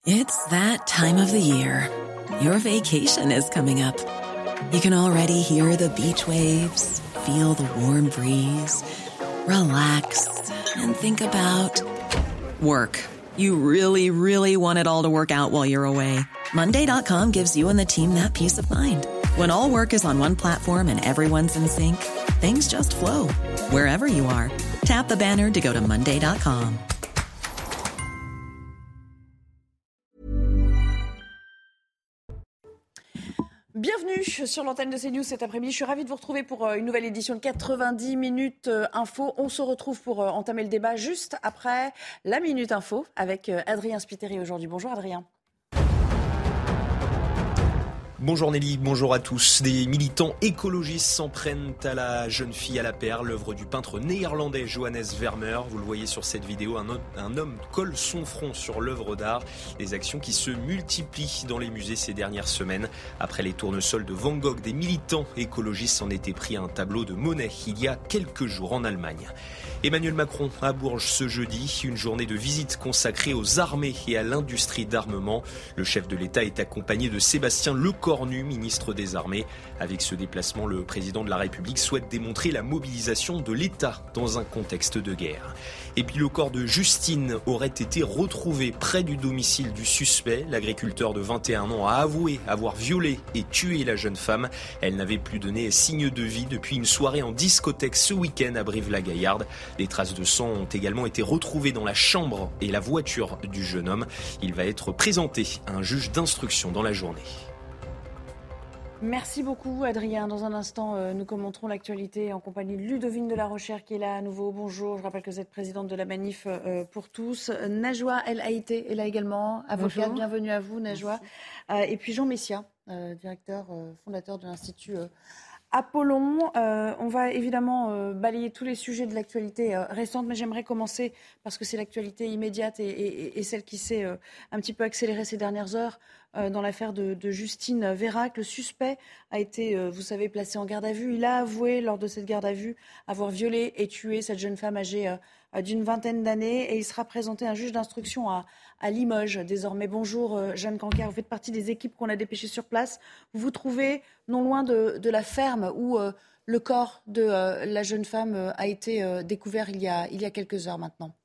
It's that time of the year. Your vacation is coming up. You can already hear the beach waves, feel the warm breeze, relax, and think about work. You really, really want it all to work out while you're away. Monday.com gives you and the team that peace of mind. When all work is on one platform and everyone's in sync, things just flow. Wherever you are, tap the banner to go to Monday.com. Bienvenue sur l'antenne de CNews cet après-midi. Je suis ravie de vous retrouver pour une nouvelle édition de 90 minutes info. On se retrouve pour entamer le débat juste après la Minute Info avec Adrien Spiteri aujourd'hui. Bonjour Adrien. Bonjour Nelly, bonjour à tous. Des militants écologistes s'en prennent à la jeune fille à la perle, l'œuvre du peintre néerlandais Johannes Vermeer. Vous le voyez sur cette vidéo, un homme colle son front sur l'œuvre d'art. Des actions qui se multiplient dans les musées ces dernières semaines. Après les tournesols de Van Gogh, des militants écologistes s'en étaient pris à un tableau de Monet il y a quelques jours en Allemagne. Emmanuel Macron à Bourges ce jeudi, une journée de visite consacrée aux armées et à l'industrie d'armement. Le chef de l'État est accompagné de Sébastien Lecornu, ministre des Armées. Avec ce déplacement, le président de la République souhaite démontrer la mobilisation de l'État dans un contexte de guerre. Et puis le corps de Justine aurait été retrouvé près du domicile du suspect. L'agriculteur de 21 ans a avoué avoir violé et tué la jeune femme. Elle n'avait plus donné signe de vie depuis une soirée en discothèque ce week-end à Brive-la-Gaillarde. Des traces de sang ont également été retrouvées dans la chambre et la voiture du jeune homme. Il va être présenté à un juge d'instruction dans la journée. Merci beaucoup Adrien. Dans un instant, nous commenterons l'actualité en compagnie de Ludovine de la Rochère qui est là à nouveau. Bonjour, je rappelle que vous êtes présidente de la Manif pour tous. Najwa El Haïté est là également, avocate. Bonjour. Bienvenue à vous Najwa. Et puis Jean Messia, directeur, fondateur de l'Institut Apollon. On va évidemment balayer tous les sujets de l'actualité récente, mais j'aimerais commencer, parce que c'est l'actualité immédiate et celle qui s'est un petit peu accélérée ces dernières heures, dans l'affaire de Justine Vérac. Le suspect a été, vous savez, placé en garde à vue. Il a avoué lors de cette garde à vue avoir violé et tué cette jeune femme âgée d'une vingtaine d'années, et il sera présenté à un juge d'instruction à Limoges désormais. Bonjour Jeanne Cancar, vous faites partie des équipes qu'on a dépêchées sur place. Vous vous trouvez non loin de la ferme où le corps de la jeune femme a été découvert il y a quelques heures maintenant.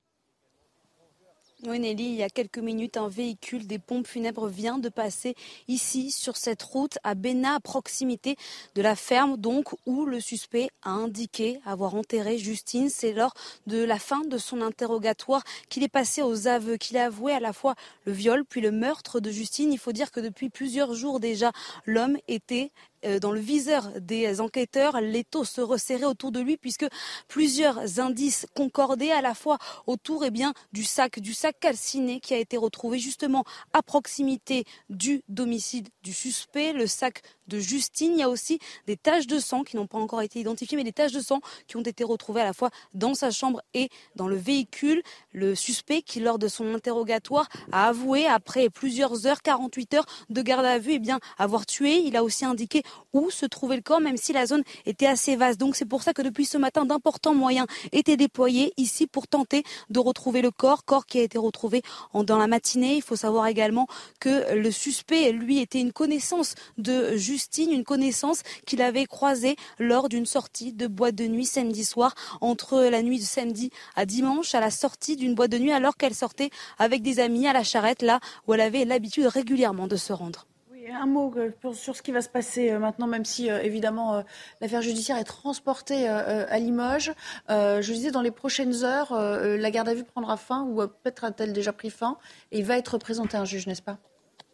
Oui Nelly, il y a quelques minutes, un véhicule des pompes funèbres vient de passer ici sur cette route à Bénat, à proximité de la ferme donc où le suspect a indiqué avoir enterré Justine. C'est lors de la fin de son interrogatoire qu'il est passé aux aveux, qu'il a avoué à la fois le viol puis le meurtre de Justine. Il faut dire que depuis plusieurs jours déjà, l'homme était dans le viseur des enquêteurs. L'étau se resserrait autour de lui puisque plusieurs indices concordaient à la fois autour du sac calciné qui a été retrouvé justement à proximité du domicile du suspect, le sac de Justine. Il y a aussi des taches de sang qui n'ont pas encore été identifiées, mais des taches de sang qui ont été retrouvées à la fois dans sa chambre et dans le véhicule. Le suspect qui, lors de son interrogatoire, a avoué après plusieurs heures, 48 heures de garde à vue, avoir tué. Il a aussi indiqué où se trouvait le corps, même si la zone était assez vaste. Donc c'est pour ça que depuis ce matin, d'importants moyens étaient déployés ici pour tenter de retrouver le corps qui a été retrouvé dans la matinée. Il faut savoir également que le suspect, lui, était une connaissance de Justine, une connaissance qu'il avait croisée lors d'une sortie de boîte de nuit samedi soir, entre la nuit de samedi à dimanche, à la sortie d'une boîte de nuit, alors qu'elle sortait avec des amis à la Charrette, là où elle avait l'habitude régulièrement de se rendre. Un mot sur ce qui va se passer maintenant, même si évidemment l'affaire judiciaire est transportée à Limoges. Je disais, dans les prochaines heures, la garde à vue prendra fin, ou peut-être a-t-elle déjà pris fin, et il va être présenté à un juge, n'est-ce pas ?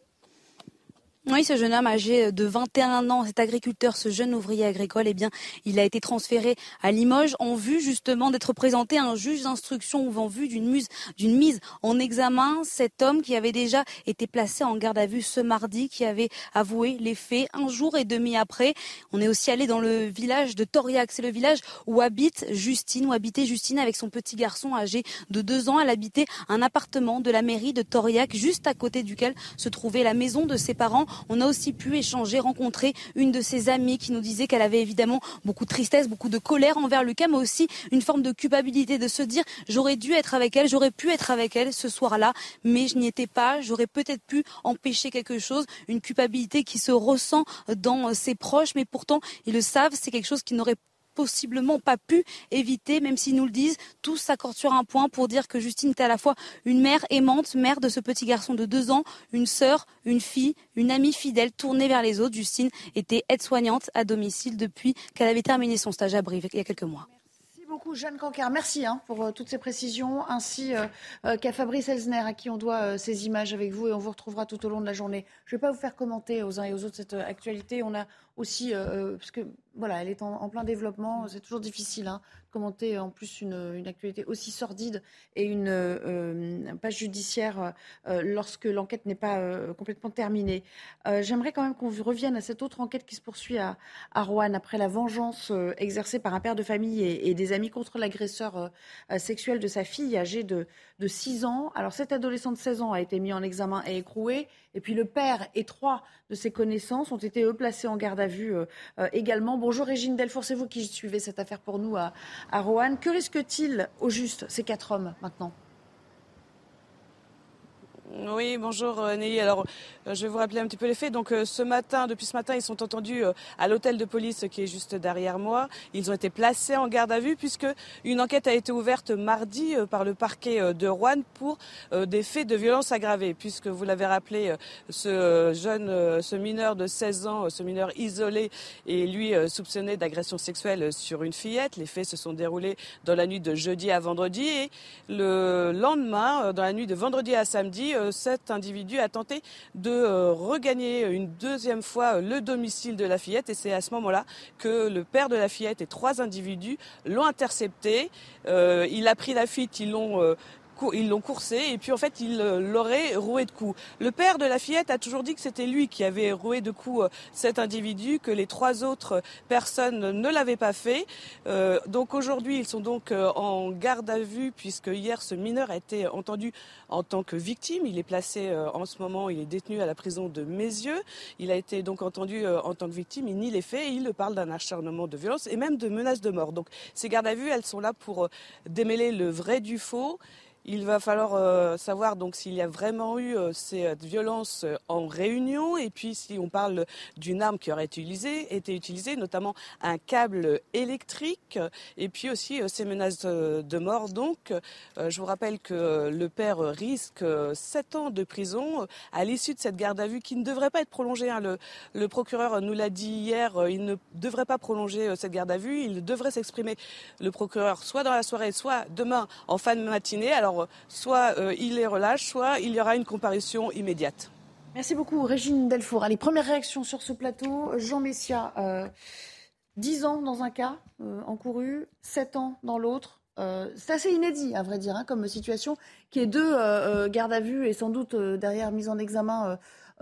Oui, ce jeune homme âgé de 21 ans, cet agriculteur, ce jeune ouvrier agricole, il a été transféré à Limoges en vue justement d'être présenté à un juge d'instruction ou en vue d'une mise en examen. Cet homme qui avait déjà été placé en garde à vue ce mardi, qui avait avoué les faits un jour et demi après. On est aussi allé dans le village de Toriac, c'est le village où habitait Justine avec son petit garçon âgé de 2 ans. Elle habitait un appartement de la mairie de Toriac, juste à côté duquel se trouvait la maison de ses parents. On a aussi pu échanger, rencontrer une de ses amies qui nous disait qu'elle avait évidemment beaucoup de tristesse, beaucoup de colère envers Lucas, mais aussi une forme de culpabilité, de se dire j'aurais dû être avec elle, j'aurais pu être avec elle ce soir-là, mais je n'y étais pas, j'aurais peut-être pu empêcher quelque chose, une culpabilité qui se ressent dans ses proches, mais pourtant ils le savent, c'est quelque chose qui n'aurait possiblement pas pu éviter, même s'ils nous le disent. Tous s'accordent sur un point pour dire que Justine était à la fois une mère aimante, mère de ce petit garçon de 2 ans, une sœur, une fille, une amie fidèle tournée vers les autres. Justine était aide-soignante à domicile depuis qu'elle avait terminé son stage à Brive il y a quelques mois. Merci beaucoup Jeanne Cancard, merci pour toutes ces précisions, ainsi qu'à Fabrice Elsner à qui on doit ces images avec vous et on vous retrouvera tout au long de la journée. Je ne vais pas vous faire commenter aux uns et aux autres cette actualité, on a aussi, parce que voilà, elle est en plein développement, c'est toujours difficile de commenter en plus une actualité aussi sordide et une page judiciaire lorsque l'enquête n'est pas complètement terminée. J'aimerais quand même qu'on revienne à cette autre enquête qui se poursuit à Roanne après la vengeance exercée par un père de famille et des amis contre l'agresseur sexuel de sa fille âgée de 6 ans. Alors cet adolescent de 16 ans a été mis en examen et écroué. Et puis le père et 3 de ses connaissances ont été placés en garde à vue également. Bonjour Régine Delfour, c'est vous qui suivez cette affaire pour nous à Roanne. Que risquent-ils au juste ces 4 hommes maintenant ? Oui, bonjour Nelly. Alors, je vais vous rappeler un petit peu les faits. Donc, depuis ce matin, ils sont entendus à l'hôtel de police qui est juste derrière moi. Ils ont été placés en garde à vue puisque une enquête a été ouverte mardi par le parquet de Roanne pour des faits de violence aggravée. Puisque vous l'avez rappelé, ce mineur de 16 ans, ce mineur isolé, est lui soupçonné d'agression sexuelle sur une fillette. Les faits se sont déroulés dans la nuit de jeudi à vendredi et le lendemain, dans la nuit de vendredi à samedi, cet individu a tenté de regagner une deuxième fois le domicile de la fillette et c'est à ce moment-là que le père de la fillette et 3 individus l'ont intercepté. Il a pris la fuite, ils l'ont coursé et puis en fait il l'aurait roué de coups. Le père de la fillette a toujours dit que c'était lui qui avait roué de coups cet individu, que les 3 autres personnes ne l'avaient pas fait. Donc aujourd'hui ils sont donc en garde à vue puisque hier ce mineur a été entendu en tant que victime. Il est placé en ce moment, il est détenu à la prison de Mézieux. Il a été donc entendu en tant que victime, il nie les faits et il parle d'un acharnement de violence et même de menaces de mort. Donc ces gardes à vue, elles sont là pour démêler le vrai du faux. Il va falloir savoir donc s'il y a vraiment eu ces violences en réunion et puis si on parle d'une arme qui aurait été utilisée, notamment un câble électrique et puis aussi ces menaces de mort. Donc je vous rappelle que le père risque 7 ans de prison à l'issue de cette garde à vue qui ne devrait pas être prolongée. Le procureur nous l'a dit hier, il ne devrait pas prolonger cette garde à vue. Il devrait s'exprimer, le procureur, soit dans la soirée, soit demain en fin de matinée. Alors soit il les relâche, soit il y aura une comparution immédiate. Merci beaucoup Régine Delfour. Allez, première réaction sur ce plateau. Jean Messia, 10 ans dans un cas encouru, 7 ans dans l'autre. C'est assez inédit à vrai dire comme situation, qui est 2 gardes à vue et sans doute derrière mise en examen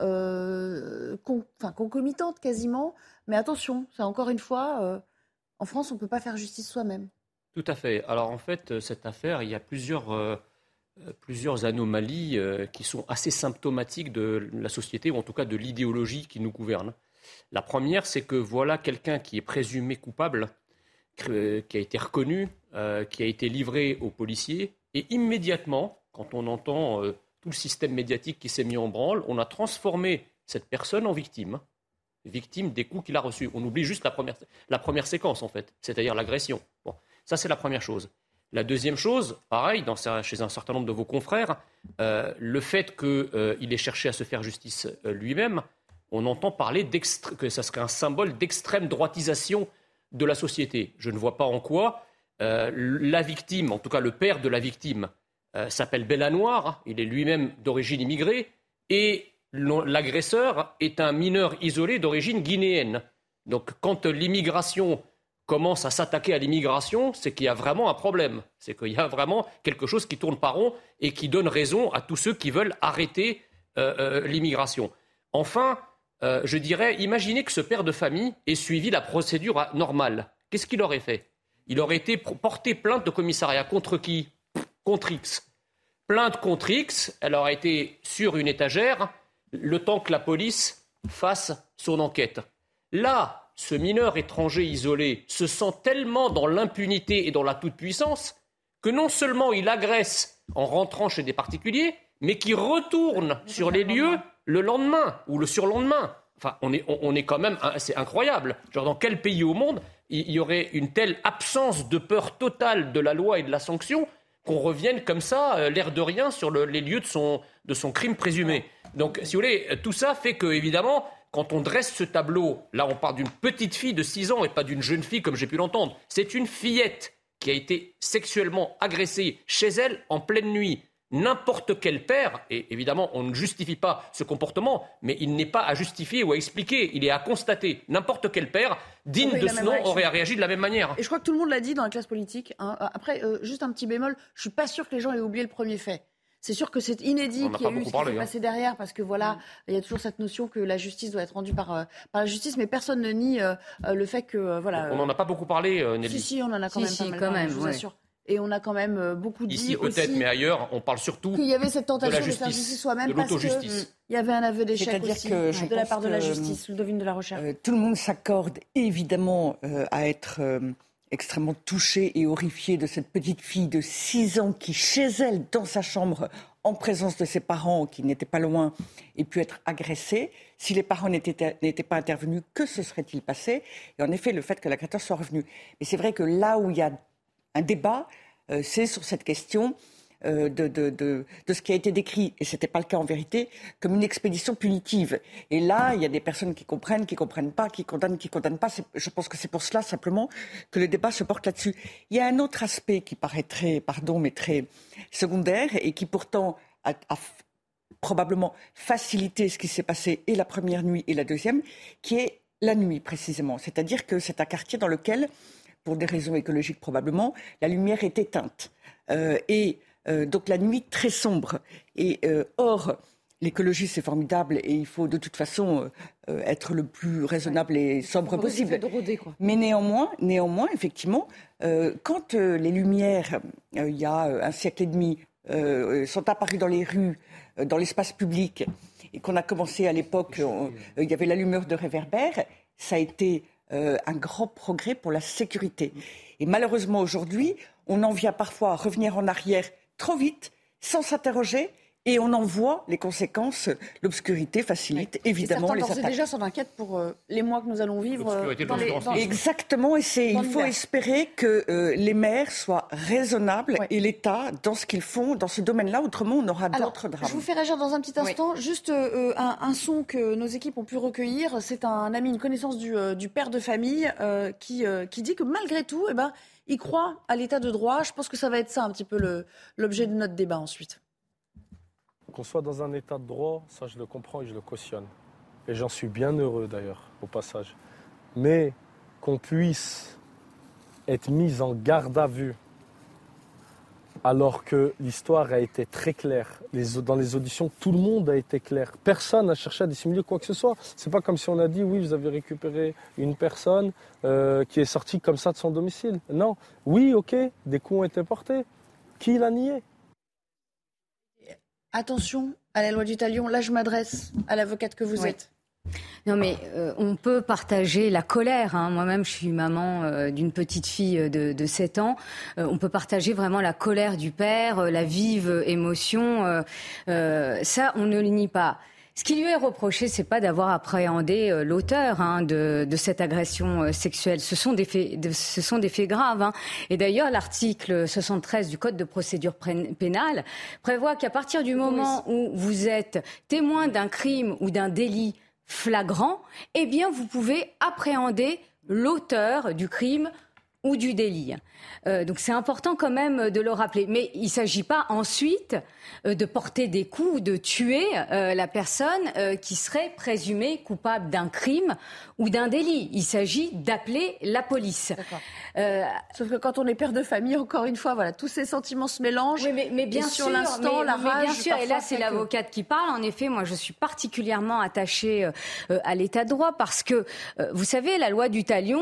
concomitante quasiment. Mais attention, c'est encore une fois, en France on ne peut pas faire justice soi-même. Tout à fait. Alors en fait, cette affaire, il y a plusieurs anomalies qui sont assez symptomatiques de la société, ou en tout cas de l'idéologie qui nous gouverne. La première, c'est que voilà quelqu'un qui est présumé coupable, qui a été reconnu, qui a été livré aux policiers, et immédiatement, quand on entend tout le système médiatique qui s'est mis en branle, on a transformé cette personne en victime des coups qu'il a reçus. On oublie juste la première séquence, en fait, c'est-à-dire l'agression. Bon. Ça, c'est la première chose. La deuxième chose, pareil, chez un certain nombre de vos confrères, le fait qu'il ait cherché à se faire justice lui-même, on entend parler que ça serait un symbole d'extrême droitisation de la société. Je ne vois pas en quoi la victime, en tout cas le père de la victime, s'appelle Bellanoir, il est lui-même d'origine immigrée, et l'agresseur est un mineur isolé d'origine guinéenne. Donc quand l'immigration commence à s'attaquer à l'immigration, c'est qu'il y a vraiment un problème. C'est qu'il y a vraiment quelque chose qui tourne pas rond et qui donne raison à tous ceux qui veulent arrêter l'immigration. Enfin, je dirais, imaginez que ce père de famille ait suivi la procédure normale. Qu'est-ce qu'il aurait fait ? Il aurait été porté plainte de commissariat. Contre qui ? Contre X. Plainte contre X, elle aurait été sur une étagère, le temps que la police fasse son enquête. Là, ce mineur étranger isolé se sent tellement dans l'impunité et dans la toute-puissance que non seulement il agresse en rentrant chez des particuliers, mais qui retourne sur les lieux le lendemain ou le surlendemain. Enfin, on est quand même... C'est incroyable. Genre, dans quel pays au monde il y aurait une telle absence de peur totale de la loi et de la sanction qu'on revienne comme ça, l'air de rien, sur les lieux de son crime présumé. Donc, si vous voulez, tout ça fait que, évidemment, quand on dresse ce tableau, là, on parle d'une petite fille de 6 ans et pas d'une jeune fille, comme j'ai pu l'entendre. C'est une fillette qui a été sexuellement agressée chez elle en pleine nuit. N'importe quel père, et évidemment on ne justifie pas ce comportement, mais il n'est pas à justifier ou à expliquer, il est à constater. N'importe quel père digne de ce nom aurait réagi de la même manière. Et je crois que tout le monde l'a dit dans la classe politique. Hein. Après, juste un petit bémol, je ne suis pas sûr que les gens aient oublié le premier fait. C'est sûr que c'est inédit qu'il y ait eu ce qui s'est passé derrière, parce que voilà, il y a toujours cette notion que la justice doit être rendue par la justice, mais personne ne nie le fait que... voilà. On n'en a pas beaucoup parlé, Nelly. Si, on en a quand même pas mal, je vous assure. Et on a quand même beaucoup dit ici peut-être, aussi mais ailleurs, on parle surtout qu'il y avait cette tentation de faire justice soi-même parce qu'il y avait un aveu d'échec aussi de la part de la justice, Ludovine de la Rochère. Tout le monde s'accorde évidemment à être extrêmement touché et horrifié de cette petite fille de 6 ans qui, chez elle, dans sa chambre, en présence de ses parents qui n'étaient pas loin, ait pu être agressée. Si les parents n'étaient pas intervenus, que se serait-il passé ? Et en effet, le fait que l'agresseur soit revenu. Mais c'est vrai que là où il y a un débat, c'est sur cette question de ce qui a été décrit, et ce n'était pas le cas en vérité, comme une expédition punitive. Et là, il y a des personnes qui comprennent pas, qui condamnent pas. Je pense que c'est pour cela simplement que le débat se porte là-dessus. Il y a un autre aspect qui paraît très secondaire et qui pourtant a probablement facilité ce qui s'est passé et la première nuit et la deuxième, qui est la nuit précisément. C'est-à-dire que c'est un quartier dans lequel, pour des raisons écologiques probablement, la lumière est éteinte. Donc la nuit très sombre. Or, l'écologie c'est formidable et il faut de toute façon être le plus raisonnable et sobre possible. Mais néanmoins, effectivement, quand les lumières, il y a un siècle et demi, sont apparues dans les rues, dans l'espace public, et qu'on a commencé à l'époque, il y avait l'allumeur de réverbères, ça a été un grand progrès pour la sécurité. Et malheureusement aujourd'hui, on en vient parfois à revenir en arrière trop vite, sans s'interroger, et on en voit les conséquences. L'obscurité facilite évidemment les attaques. Certains déjà s'en inquiètent pour les mois que nous allons vivre. Exactement, et il faut espérer que les maires soient raisonnables et l'État dans ce qu'ils font dans ce domaine-là. Autrement, on aura d'autres drames. Je vous fais réagir dans un petit instant. Juste un son que nos équipes ont pu recueillir. C'est un ami, une connaissance du père de famille qui dit que malgré tout, il croit à l'état de droit. Je pense que ça va être ça un petit peu l'objet de notre débat ensuite. Qu'on soit dans un état de droit, ça je le comprends et je le cautionne. Et j'en suis bien heureux d'ailleurs, au passage. Mais qu'on puisse être mis en garde à vue alors que l'histoire a été très claire. Dans les auditions, tout le monde a été clair. Personne n'a cherché à dissimuler quoi que ce soit. C'est pas comme si on a dit, oui, vous avez récupéré une personne qui est sortie comme ça de son domicile. Non. Oui, ok, des coups ont été portés. Qui l'a nié ? Attention à la loi du talion. Là, je m'adresse à l'avocate que vous êtes. Non mais on peut partager la colère. Moi-même, je suis maman d'une petite fille de 7 ans. On peut partager vraiment la colère du père, la vive émotion. Ça, on ne le nie pas. Ce qui lui est reproché, c'est pas d'avoir appréhendé l'auteur de cette agression sexuelle. Ce sont des faits graves. Et d'ailleurs, l'article 73 du Code de procédure pénale prévoit qu'à partir du moment où vous êtes témoin d'un crime ou d'un délit flagrant, eh bien, vous pouvez appréhender l'auteur du crime ou du délit. Donc c'est important quand même de le rappeler. Mais il ne s'agit pas ensuite de porter des coups ou de tuer la personne qui serait présumée coupable d'un crime ou d'un délit. Il s'agit d'appeler la police. Sauf que quand on est père de famille, encore une fois, voilà, tous ces sentiments se mélangent. Oui, mais bien sûr, sur l'instant, la rage. Bien sûr, et là c'est l'avocate qui parle. En effet, moi je suis particulièrement attachée à l'état de droit parce que, vous savez, la loi du talion,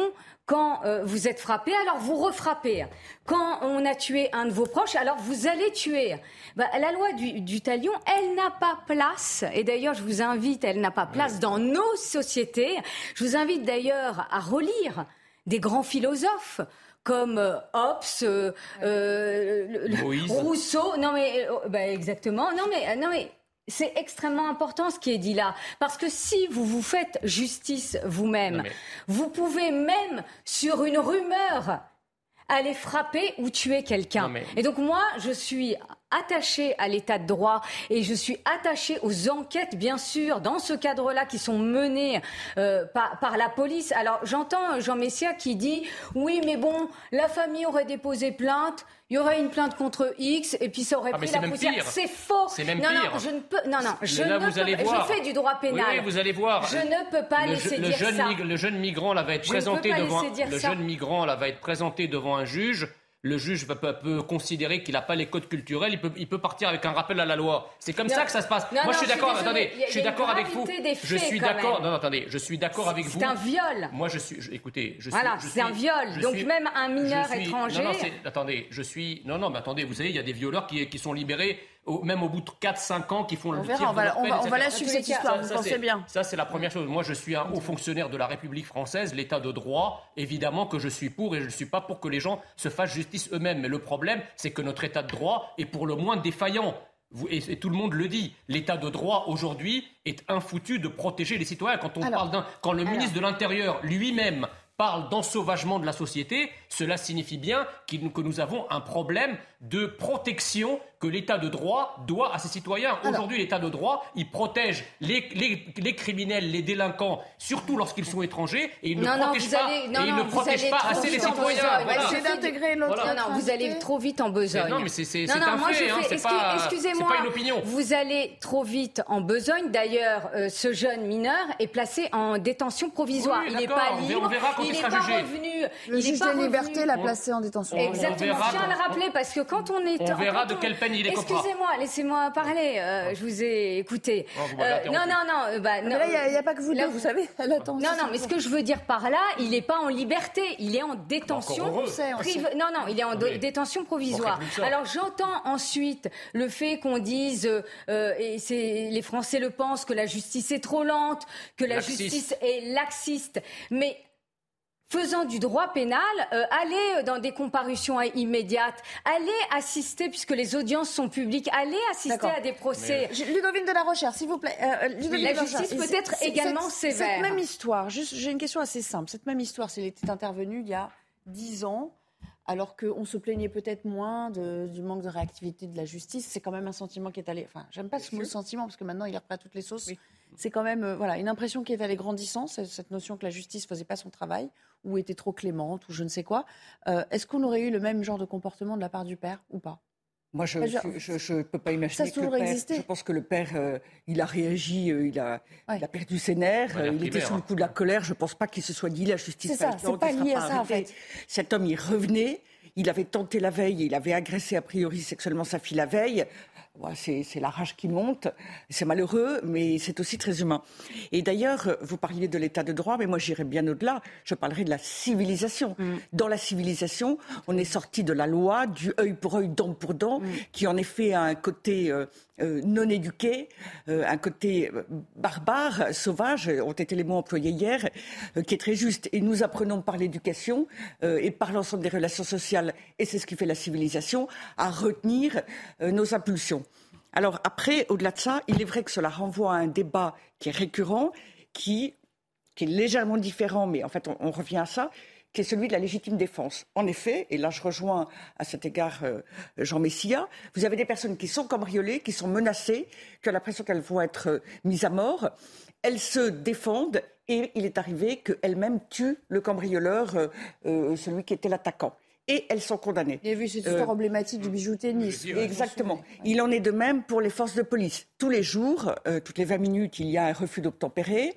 Quand vous êtes frappé, alors vous refrappez. Quand on a tué un de vos proches, alors vous allez tuer. La loi du talion, elle n'a pas place. Et d'ailleurs, je vous invite, elle n'a pas place dans nos sociétés. Je vous invite d'ailleurs à relire des grands philosophes comme Hobbes, Rousseau. Non mais exactement. Non mais c'est extrêmement important ce qui est dit là. Parce que si vous vous faites justice vous-même, vous pouvez même, sur une rumeur, aller frapper ou tuer quelqu'un. Et donc moi, je suis attachée à l'état de droit et je suis attachée aux enquêtes, bien sûr, dans ce cadre-là, qui sont menées par la police. Alors j'entends Jean Messia qui dit « Oui, mais bon, la famille aurait déposé plainte, il y aurait une plainte contre X et puis ça aurait pris la poussière. » C'est faux. C'est même pire. Non, je ne peux. Non, je fais du droit pénal. Oui, vous allez voir. Je ne peux pas laisser dire ça. Le jeune migrant là va être présenté devant un juge. Le juge peut considérer qu'il n'a pas les codes culturels, il peut partir avec un rappel à la loi. C'est comme ça que ça se passe. Moi, je suis d'accord. Attendez, je suis d'accord avec vous. Je suis d'accord. Non, attendez, je suis d'accord avec vous. C'est un viol. Moi, écoutez, c'est un viol. Donc même un mineur étranger. Non, mais attendez, vous savez, il y a des violeurs qui sont libérés. Même au bout de 4-5 ans, qui font le tir de leur peine. On va la suivre cette histoire, vous pensez bien. Ça, c'est la première chose. Moi, je suis un haut fonctionnaire de la République française, l'état de droit, évidemment que je suis pour, et je ne suis pas pour que les gens se fassent justice eux-mêmes. Mais le problème, c'est que notre état de droit est pour le moins défaillant. Et tout le monde le dit, l'état de droit aujourd'hui est infoutu de protéger les citoyens. Quand le ministre de l'Intérieur lui-même parle d'ensauvagement de la société, cela signifie bien que nous avons un problème de protection que l'État de droit doit à ses citoyens. Aujourd'hui, l'État de droit, il protège les criminels, les délinquants, surtout lorsqu'ils sont étrangers, et il ne protège pas assez les citoyens. C'est d'intégrer l'autre. Non, vous allez trop vite en besogne. Non, mais c'est un fait, excusez-moi, c'est pas une opinion. Vous allez trop vite en besogne. D'ailleurs, ce jeune mineur est placé en détention provisoire. Oui, il n'est pas libre. On verra quand il sera jugé. Le juge de liberté l'a placé en détention. Exactement. Je tiens à le rappeler parce que quand on est... On verra de quelle peine il est coupable. Excusez-moi, laissez-moi parler. Je vous ai écouté. Mais là, il n'y a pas que vous deux, vous savez. Non, mais ce que je veux dire par là, il n'est pas en liberté. Il est en détention. Il est en détention provisoire. Alors j'entends ensuite le fait qu'on dise, et les Français le pensent, que la justice est trop lente, que la justice est laxiste. Mais faisant du droit pénal, allez dans des comparutions immédiates, allez assister, puisque les audiences sont publiques, allez assister à des procès. Ludovine de la Rochère, s'il vous plaît. La justice peut être également sévère. Cette même histoire, j'ai une question assez simple. Cette même histoire, s'il était intervenu il y a 10 ans, alors qu'on se plaignait peut-être moins du manque de réactivité de la justice, c'est quand même un sentiment qui est allé... Enfin, j'aime pas ce mot sentiment, parce que maintenant, il est repris à toutes les sauces. Oui. C'est quand même une impression qui est allée grandissant, cette notion que la justice faisait pas son travail, ou était trop clémente, ou je ne sais quoi. Est-ce qu'on aurait eu le même genre de comportement de la part du père, ou pas ? Moi, je ne peux pas imaginer que le père... Existé. Je pense que le père, il a réagi, il a perdu ses nerfs, il était sous le coup de la colère. Je ne pense pas qu'il se soit dit la justice... C'est ça, c'est pas lié à ça, en fait. Cet homme, il revenait... Il avait tenté la veille, il avait agressé a priori sexuellement sa fille la veille. C'est la rage qui monte, c'est malheureux, mais c'est aussi très humain. Et d'ailleurs, vous parliez de l'état de droit, mais moi j'irais bien au-delà, je parlerai de la civilisation. Dans la civilisation, on est sorti de la loi, du œil pour œil, dent pour dent, qui en effet a un côté non éduqué, un côté barbare, sauvage, ont été les mots employés hier, qui est très juste. Et nous apprenons par l'éducation et par l'ensemble des relations sociales, et c'est ce qui fait la civilisation, à retenir nos impulsions. Alors après, au-delà de ça, il est vrai que cela renvoie à un débat qui est récurrent, qui est légèrement différent, mais en fait on revient à ça, qui est celui de la légitime défense. En effet, et là je rejoins à cet égard Jean Messia, vous avez des personnes qui sont cambriolées, qui sont menacées, qui ont l'impression qu'elles vont être mises à mort. Elles se défendent et il est arrivé qu'elles-mêmes tuent le cambrioleur, celui qui était l'attaquant. Et elles sont condamnées. Il y a vu cette histoire emblématique du bijoutier de Nice. Exactement. Il en est de même pour les forces de police. Tous les jours, toutes les 20 minutes, il y a un refus d'obtempérer.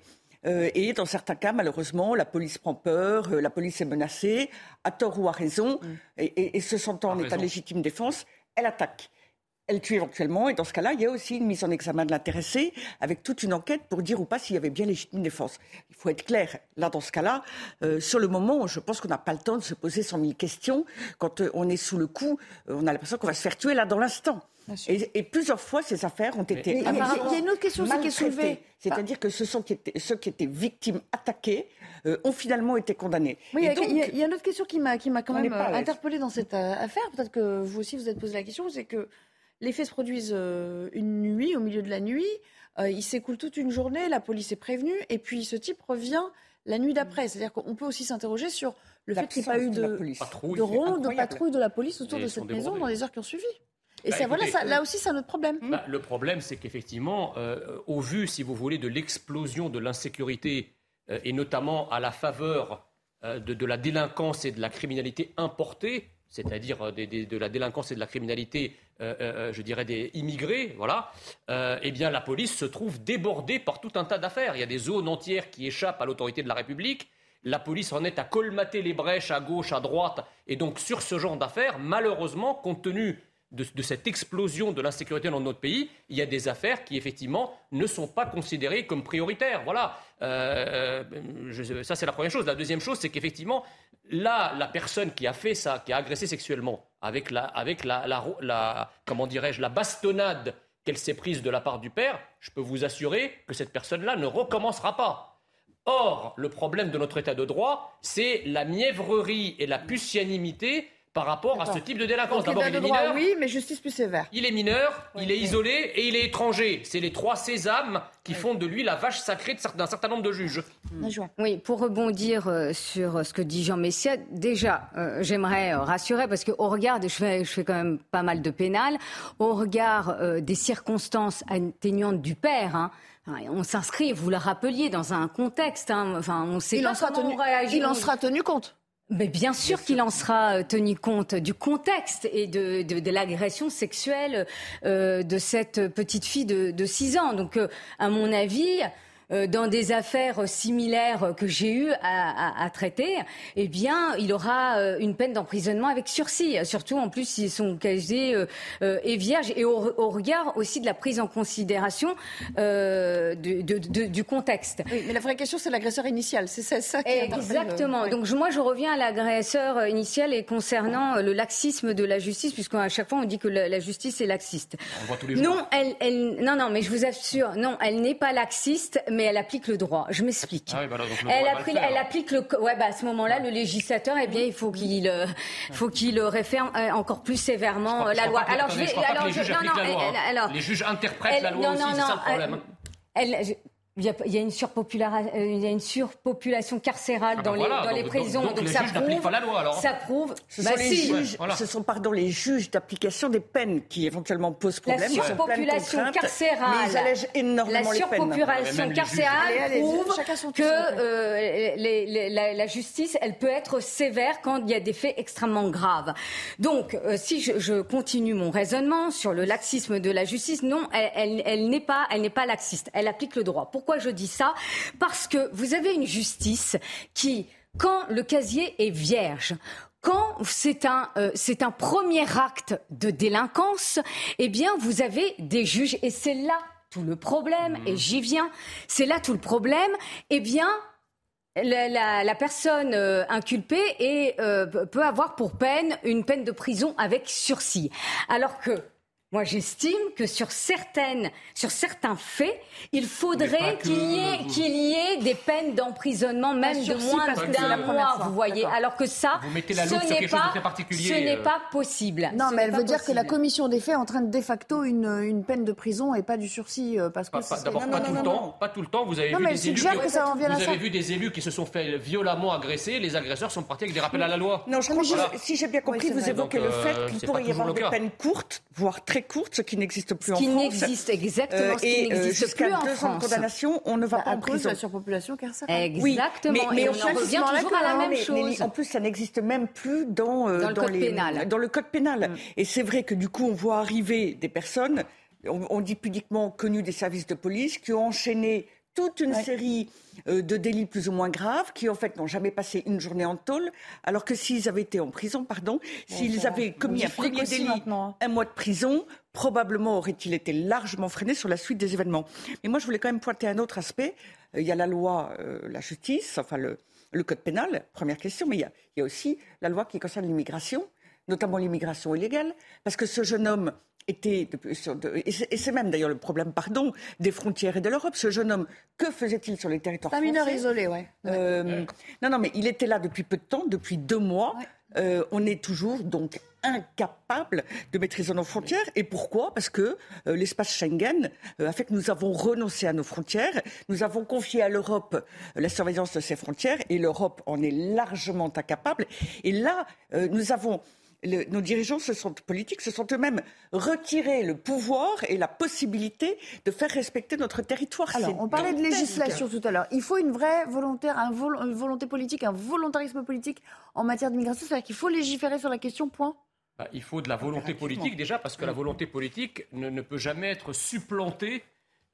Et dans certains cas, malheureusement, la police prend peur, la police est menacée, à tort ou à raison, et se sentant en état de légitime défense, elle attaque. Elle tue éventuellement, et dans ce cas-là, il y a aussi une mise en examen de l'intéressé avec toute une enquête pour dire ou pas s'il y avait bien légitime défense. Il faut être clair, là, dans ce cas-là, sur le moment, je pense qu'on n'a pas le temps de se poser 100 000 questions. Quand on est sous le coup, on a l'impression qu'on va se faire tuer là dans l'instant. Et plusieurs fois, ces affaires ont été... Il y a une autre question qui est soulevée. C'est-à-dire que ceux qui étaient victimes attaquées ont finalement été condamnés. Oui, il y a une autre question qui m'a quand même interpellée dans cette affaire. Peut-être que vous aussi vous êtes posé la question, c'est que les faits se produisent une nuit, au milieu de la nuit. Il s'écoule toute une journée, la police est prévenue, et puis ce type revient la nuit d'après. C'est-à-dire qu'on peut aussi s'interroger sur le fait qu'il n'y ait pas eu de ronde, de patrouille de la police autour de cette maison dans les heures qui ont suivi. Et là aussi, c'est un autre problème. Le problème, c'est qu'effectivement, au vu, si vous voulez, de l'explosion de l'insécurité, et notamment à la faveur de la délinquance et de la criminalité importée, c'est-à-dire de la délinquance et de la criminalité, je dirais, des immigrés, voilà, eh bien la police se trouve débordée par tout un tas d'affaires. Il y a des zones entières qui échappent à l'autorité de la République. La police en est à colmater les brèches à gauche, à droite. Et donc, sur ce genre d'affaires, malheureusement, compte tenu de cette explosion de l'insécurité dans notre pays, il y a des affaires qui, effectivement, ne sont pas considérées comme prioritaires. Voilà. Ça, c'est la première chose. La deuxième chose, c'est qu'effectivement, là, la personne qui a fait ça, qui a agressé sexuellement, avec comment dirais-je, la bastonnade qu'elle s'est prise de la part du père, je peux vous assurer que cette personne-là ne recommencera pas. Or, le problème de notre état de droit, c'est la mièvrerie et la pusillanimité par rapport à ce type de délinquance. D'abord, il est mineur. Oui, mais justice plus sévère. Il est mineur, il est isolé et il est étranger. C'est les 3 sésames qui font de lui la vache sacrée d'un certain nombre de juges. Oui, pour rebondir sur ce que dit Jean Messia, déjà, j'aimerais rassurer, parce qu'au regard, je fais quand même pas mal de pénal, au regard des circonstances atténuantes du père, on s'inscrit, vous le rappeliez, dans un contexte. On sait il en sera tenu compte. Mais bien sûr qu'il en sera tenu compte du contexte et de l'agression sexuelle de cette petite fille de 6 ans. Donc, à mon avis, dans des affaires similaires que j'ai eu à traiter, eh bien, il aura une peine d'emprisonnement avec sursis. Surtout, en plus, si son casier est vierge, et au regard aussi de la prise en considération du contexte. Oui, mais la vraie question, c'est l'agresseur initial. C'est ça qui est exactement. Donc, moi, je reviens à l'agresseur initial et concernant le laxisme de la justice, puisqu'à chaque fois, on dit que la justice est laxiste. On voit tous les jours. Non, non, mais je vous assure, non, elle n'est pas laxiste, mais elle applique le droit. Je m'explique. Ah oui, bah alors, donc elle applique le. Ouais, à ce moment-là, le législateur, eh bien, il faut qu'il réfère encore plus sévèrement la loi. Alors, les juges interprètent la loi aussi, c'est ça le problème. Il y a une surpopulation carcérale dans les prisons. Donc les juges n'appliquent pas la loi, alors. Ça prouve. Ce sont les juges d'application des peines qui éventuellement posent problème. La surpopulation carcérale. Mais ils allègent énormément les peines. La surpopulation carcérale prouve que la justice, elle peut être sévère quand il y a des faits extrêmement graves. Donc, si je continue mon raisonnement sur le laxisme de la justice, non, elle n'est pas laxiste. Elle applique le droit. Pourquoi je dis ça ? Parce que vous avez une justice qui, quand le casier est vierge, quand c'est un premier acte de délinquance, eh bien, vous avez des juges, et c'est là tout le problème, et j'y viens, c'est là tout le problème, eh bien, la personne inculpée peut avoir pour peine une peine de prison avec sursis. Alors que moi, j'estime que sur certains faits, il faudrait qu'il y ait des peines d'emprisonnement, même de moins d'un mois, vous voyez. Alors que ça, vous mettez la loupe sur quelque chose de très particulier. Ce n'est pas possible. Non, mais elle veut dire que la commission des faits entraîne de facto une peine de prison et pas du sursis. Parce que d'abord, pas tout le temps. Vous avez vu des élus qui se sont fait violemment agresser. Les agresseurs sont partis avec des rappels à la loi. Non, je crois que si j'ai bien compris, vous évoquez le fait qu'il pourrait y avoir des peines courtes, voire très courte, ce qui n'existe plus en France. Ce qui n'existe plus en France. Jusqu'à 2 ans de condamnation, on ne va pas en prison. La surpopulation carcérale. Exactement. Oui, mais on en revient toujours à la même chose. En plus, ça n'existe même plus dans le code pénal. Et c'est vrai que du coup, on voit arriver des personnes, on dit pudiquement connues des services de police, qui ont enchaîné toute une série de délits plus ou moins graves qui, en fait, n'ont jamais passé une journée en tôle, alors que s'ils avaient été en prison, s'ils avaient commis un premier délit, un mois de prison, probablement aurait-il été largement freiné sur la suite des événements. Mais moi, je voulais quand même pointer un autre aspect. Il y a la loi, la justice, enfin le code pénal, première question, mais il y a aussi la loi qui concerne l'immigration, notamment l'immigration illégale, parce que ce jeune homme était, et c'est même d'ailleurs le problème, des frontières et de l'Europe. Ce jeune homme, que faisait-il sur les territoires français ? Un mineur isolé, Non, mais il était là depuis peu de temps, depuis 2 mois. On est toujours donc incapable de maîtriser nos frontières. Et pourquoi ? Parce que l'espace Schengen a fait que nous avons renoncé à nos frontières. Nous avons confié à l'Europe la surveillance de ses frontières et l'Europe en est largement incapable. Et là, nos dirigeants politiques se sont eux-mêmes retirés le pouvoir et la possibilité de faire respecter notre territoire. Alors, on parlait de législation tout à l'heure. Il faut une vraie volonté politique, un volontarisme politique en matière d'immigration. C'est-à-dire qu'il faut légiférer sur la question, point. Il faut de la volonté politique déjà, parce que la volonté politique ne peut jamais être supplantée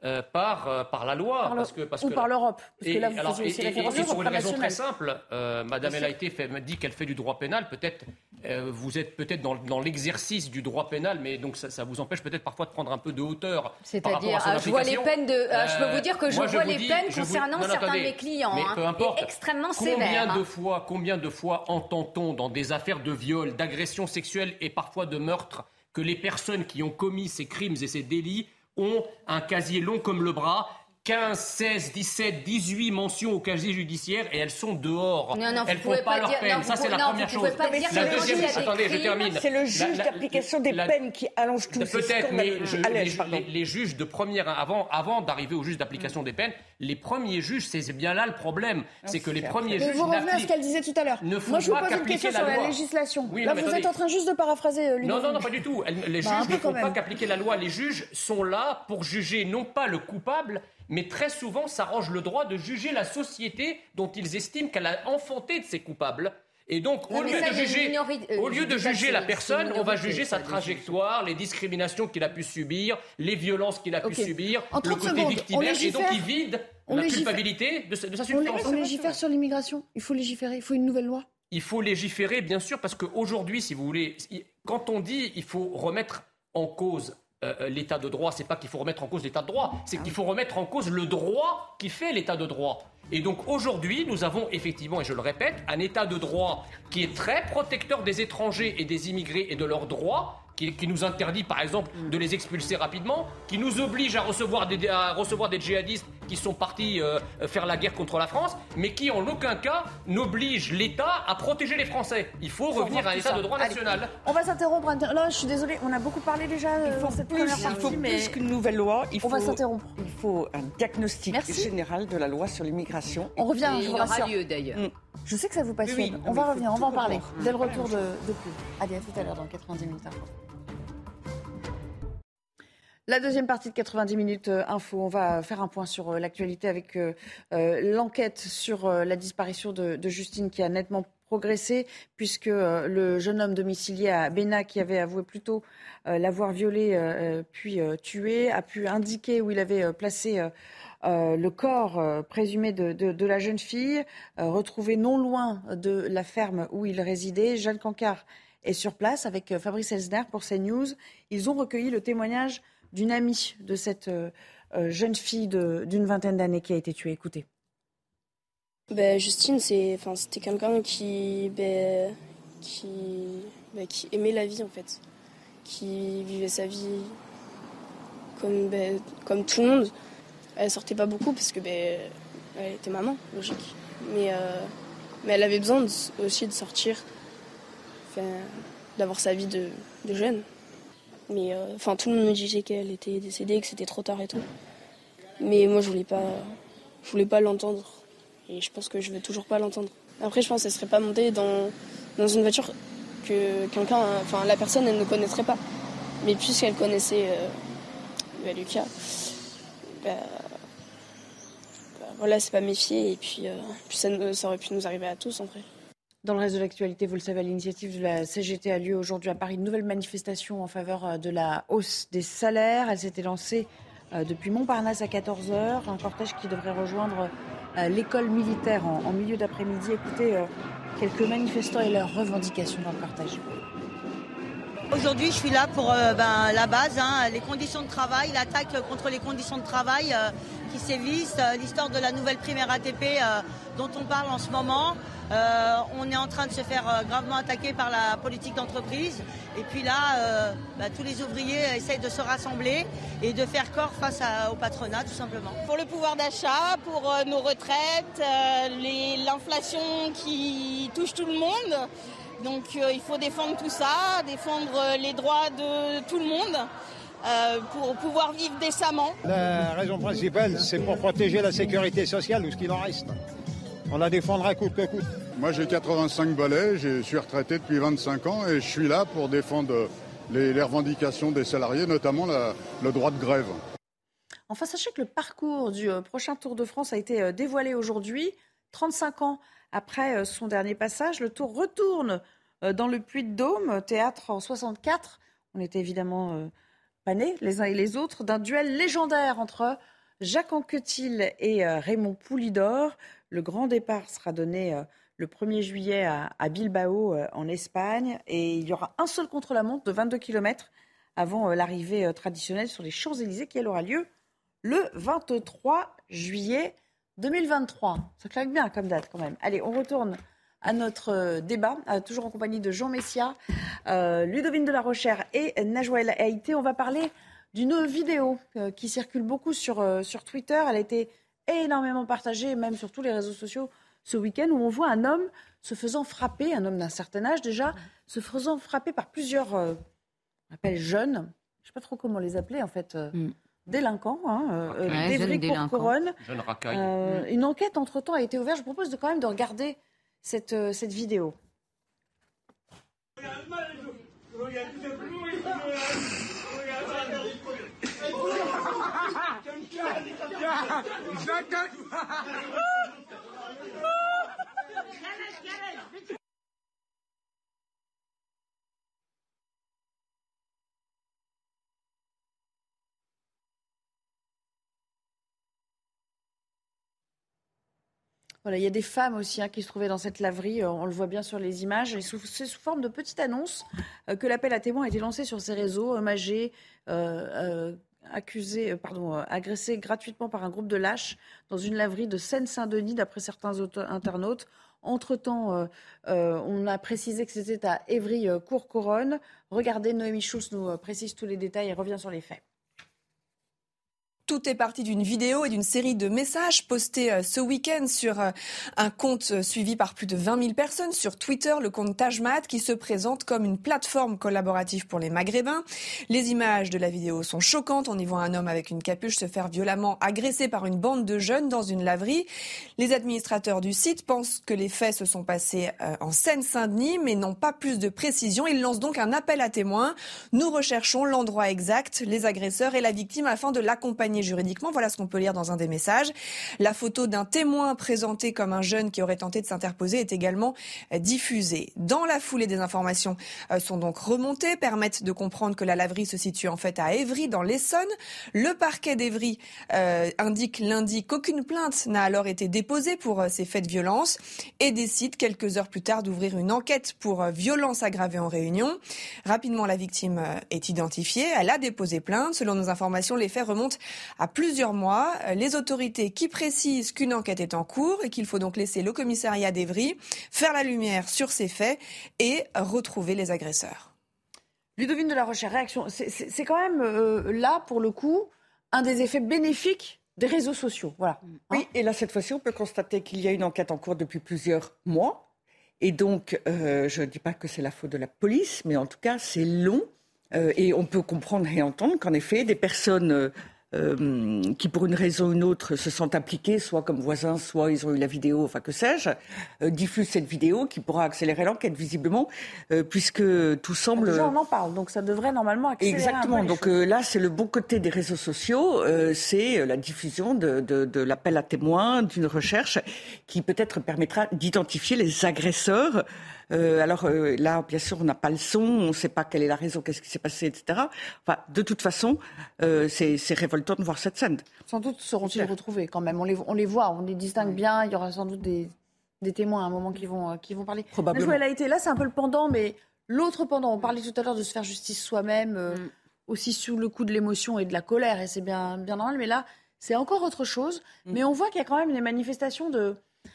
par la loi. Par l'Europe. Et pour une raison très simple, Madame El Haïty me dit qu'elle fait du droit pénal. Peut-être vous êtes peut-être dans l'exercice du droit pénal, mais donc ça vous empêche peut-être parfois de prendre un peu de hauteur. C'est-à-dire, je vois les peines je peux vous dire que je vois les peines concernant certains de mes clients. Mais peu importe. Extrêmement sévères. Combien de fois entend-on dans des affaires de viol, d'agression sexuelle et parfois de meurtre que les personnes qui ont commis ces crimes et ces délits ont un casier long comme le bras, 15, 16, 17, 18 mentions au casier judiciaire et elles sont dehors. Elles ne font pas leur peine. Ça, c'est la première chose. La deuxième, attendez, je termine. C'est le juge d'application des peines qui allonge tout. Peut-être, mais les juges de première, avant d'arriver au juge d'application des peines, les premiers juges, c'est bien là le problème. C'est que les premiers juges vous revenez à ce qu'elle disait tout à l'heure. Moi, je vous pose une question sur la législation. Là, vous êtes en train juste de paraphraser Ludovic. Non, pas du tout. Les juges ne font pas qu'appliquer la loi. Les juges sont là pour juger non pas le coupable, mais très souvent s'arrogent le droit de juger la société dont ils estiment qu'elle a enfanté de ces coupables. Et donc, au lieu de juger la personne, on va juger sa trajectoire, les discriminations qu'il a pu subir, les violences qu'il a pu subir, le côté victimaire, et donc il vide la culpabilité de sa substance. On légifère sur l'immigration. Il faut légiférer. Il faut une nouvelle loi. Il faut légiférer, bien sûr, parce qu'aujourd'hui, si vous voulez, quand on dit il faut remettre en cause l'état de droit, c'est pas qu'il faut remettre en cause l'état de droit, c'est qu'il faut remettre en cause le droit qui fait l'état de droit. Et donc aujourd'hui, nous avons effectivement, et je le répète, un état de droit qui est très protecteur des étrangers et des immigrés et de leurs droits, qui nous interdit par exemple de les expulser rapidement, qui nous oblige à recevoir des djihadistes qui sont partis faire la guerre contre la France, mais qui en aucun cas n'oblige l'État à protéger les Français. Il faut revenir à un état de droit national. Allez, on va s'interrompre. Là, je suis désolée, on a beaucoup parlé déjà dans cette première partie. Il faut plus qu'une nouvelle loi. On va s'interrompre. Il faut un diagnostic général de la loi sur l'immigration. On revient, je vous rassure. Il aura lieu d'ailleurs. Je sais que ça vous passionne. Oui, on va revenir, on va en parler dès le retour de pub. Allez, à tout à l'heure dans 90 minutes info. La deuxième partie de 90 minutes info, on va faire un point sur l'actualité avec l'enquête sur la disparition de Justine qui a nettement progressé puisque le jeune homme domicilié à Béna qui avait avoué plus tôt l'avoir violée puis tuée a pu indiquer où il avait placé le corps présumé de la jeune fille, retrouvé non loin de la ferme où il résidait. Jeanne Cancard est sur place avec Fabrice Elsner pour CNews. Ils ont recueilli le témoignage d'une amie de cette jeune fille d'une vingtaine d'années qui a été tuée. Écoutez. Justine, c'était quelqu'un qui aimait la vie en fait, qui vivait sa vie comme tout le monde. Elle sortait pas beaucoup parce que elle était maman, logique. Mais elle avait besoin aussi de sortir, d'avoir sa vie de jeune. Mais tout le monde me disait qu'elle était décédée, que c'était trop tard et tout. Mais moi, je voulais pas l'entendre. Et je pense que je veux toujours pas l'entendre. Après, je pense qu'elle serait pas montée dans une voiture que la personne, elle ne connaîtrait pas. Mais puisqu'elle connaissait Lucas, voilà, c'est pas méfier. Et puis ça aurait pu nous arriver à tous, en vrai. Dans le reste de l'actualité, vous le savez, à l'initiative de la CGT a lieu aujourd'hui à Paris une nouvelle manifestation en faveur de la hausse des salaires. Elle s'était lancée depuis Montparnasse à 14h. Un cortège qui devrait rejoindre l'école militaire en milieu d'après-midi. Écoutez quelques manifestants et leurs revendications dans le cortège. Aujourd'hui, je suis là pour la base, les conditions de travail, l'attaque contre les conditions de travail qui sévissent, l'histoire de la nouvelle prime RATP dont on parle en ce moment. On est en train de se faire gravement attaquer par la politique d'entreprise. Et puis là, tous les ouvriers essayent de se rassembler et de faire corps face au patronat, tout simplement. Pour le pouvoir d'achat, pour nos retraites, l'inflation qui touche tout le monde. Donc il faut défendre tout ça, défendre les droits de tout le monde pour pouvoir vivre décemment. La raison principale, c'est pour protéger la sécurité sociale ou ce qu'il en reste. On la défendra coûte que coûte. Moi j'ai 85 balais, je suis retraité depuis 25 ans et je suis là pour défendre les revendications des salariés, notamment le droit de grève. Enfin, sachez que le parcours du prochain Tour de France a été dévoilé aujourd'hui, 35 ans après son dernier passage. Le Tour retourne dans le Puy-de-Dôme, théâtre en 64. On était évidemment pas nés les uns et les autres d'un duel légendaire entre Jacques Anquetil et Raymond Poulidor. Le grand départ sera donné le 1er juillet à Bilbao en Espagne et il y aura un seul contre-la-montre de 22 km avant l'arrivée traditionnelle sur les Champs-Élysées qui elle aura lieu le 23 juillet 2023. Ça claque bien comme date quand même. Allez, on retourne à notre débat, toujours en compagnie de Jean Messia, Ludovine de la Rochère et Najwa El Haïté. On va parler d'une vidéo qui circule beaucoup sur Twitter. Elle a été énormément partagée, même sur tous les réseaux sociaux ce week-end, où on voit un homme se faisant frapper, un homme d'un certain âge déjà, se faisant frapper par plusieurs, on appelle jeunes, je ne sais pas trop comment les appeler en fait, délinquants, d'Évry-Courcouronnes. Jeunes racailles. Une enquête entre-temps a été ouverte. Je vous propose quand même de regarder cette vidéo. Voilà, il y a des femmes aussi qui se trouvaient dans cette laverie, on le voit bien sur les images. Et c'est sous forme de petite annonce que l'appel à témoins a été lancé sur ces réseaux. Homme âgé, agressé gratuitement par un groupe de lâches dans une laverie de Seine-Saint-Denis, d'après certains internautes. Entre-temps, on a précisé que c'était à Évry-Courcouronnes. Regardez, Noémie Schulz nous précise tous les détails et revient sur les faits. Tout est parti d'une vidéo et d'une série de messages postés ce week-end sur un compte suivi par plus de 20 000 personnes sur Twitter, le compte Tajmat, qui se présente comme une plateforme collaborative pour les Maghrébins. Les images de la vidéo sont choquantes. On y voit un homme avec une capuche se faire violemment agresser par une bande de jeunes dans une laverie. Les administrateurs du site pensent que les faits se sont passés en Seine-Saint-Denis, mais n'ont pas plus de précision. Ils lancent donc un appel à témoins. Nous recherchons l'endroit exact, les agresseurs et la victime afin de l'accompagner juridiquement. Voilà ce qu'on peut lire dans un des messages. La photo d'un témoin présenté comme un jeune qui aurait tenté de s'interposer est également diffusée. Dans la foulée, des informations sont donc remontées, permettent de comprendre que la laverie se situe en fait à Évry, dans l'Essonne. Le parquet d'Évry indique lundi qu'aucune plainte n'a alors été déposée pour ces faits de violence et décide quelques heures plus tard d'ouvrir une enquête pour violence aggravée en réunion. Rapidement, la victime est identifiée. Elle a déposé plainte. Selon nos informations, les faits remontent à plusieurs mois. Les autorités qui précisent qu'une enquête est en cours et qu'il faut donc laisser le commissariat d'Évry faire la lumière sur ces faits et retrouver les agresseurs. Ludovine de la Rochère, réaction. C'est quand même là, pour le coup, un des effets bénéfiques des réseaux sociaux. Voilà. Oui, et là, cette fois-ci, on peut constater qu'il y a une enquête en cours depuis plusieurs mois. Et donc, je ne dis pas que c'est la faute de la police, mais en tout cas, c'est long. Et on peut comprendre et entendre qu'en effet, des personnes qui, pour une raison ou une autre, se sont impliqués, soit comme voisins, soit ils ont eu la vidéo, enfin que sais-je, diffusent cette vidéo qui pourra accélérer l'enquête, visiblement, puisque tout semble... Déjà, on en parle, donc ça devrait normalement accélérer. Exactement, un peu donc là, c'est le bon côté des réseaux sociaux, c'est la diffusion de l'appel à témoins, d'une recherche qui peut-être permettra d'identifier les agresseurs Là, bien sûr, on n'a pas le son, on ne sait pas quelle est la raison, qu'est-ce qui s'est passé, etc. Enfin, de toute façon, c'est révoltant de voir cette scène. Sans doute seront-ils retrouvés quand même. On les voit, on les distingue bien. Il y aura sans doute des témoins à un moment qui vont parler. Probablement. Elle a été là, c'est un peu le pendant, mais l'autre pendant. On parlait tout à l'heure de se faire justice soi-même, aussi sous le coup de l'émotion et de la colère, et c'est bien normal. Mais là, c'est encore autre chose. Mais on voit qu'il y a quand même des manifestations de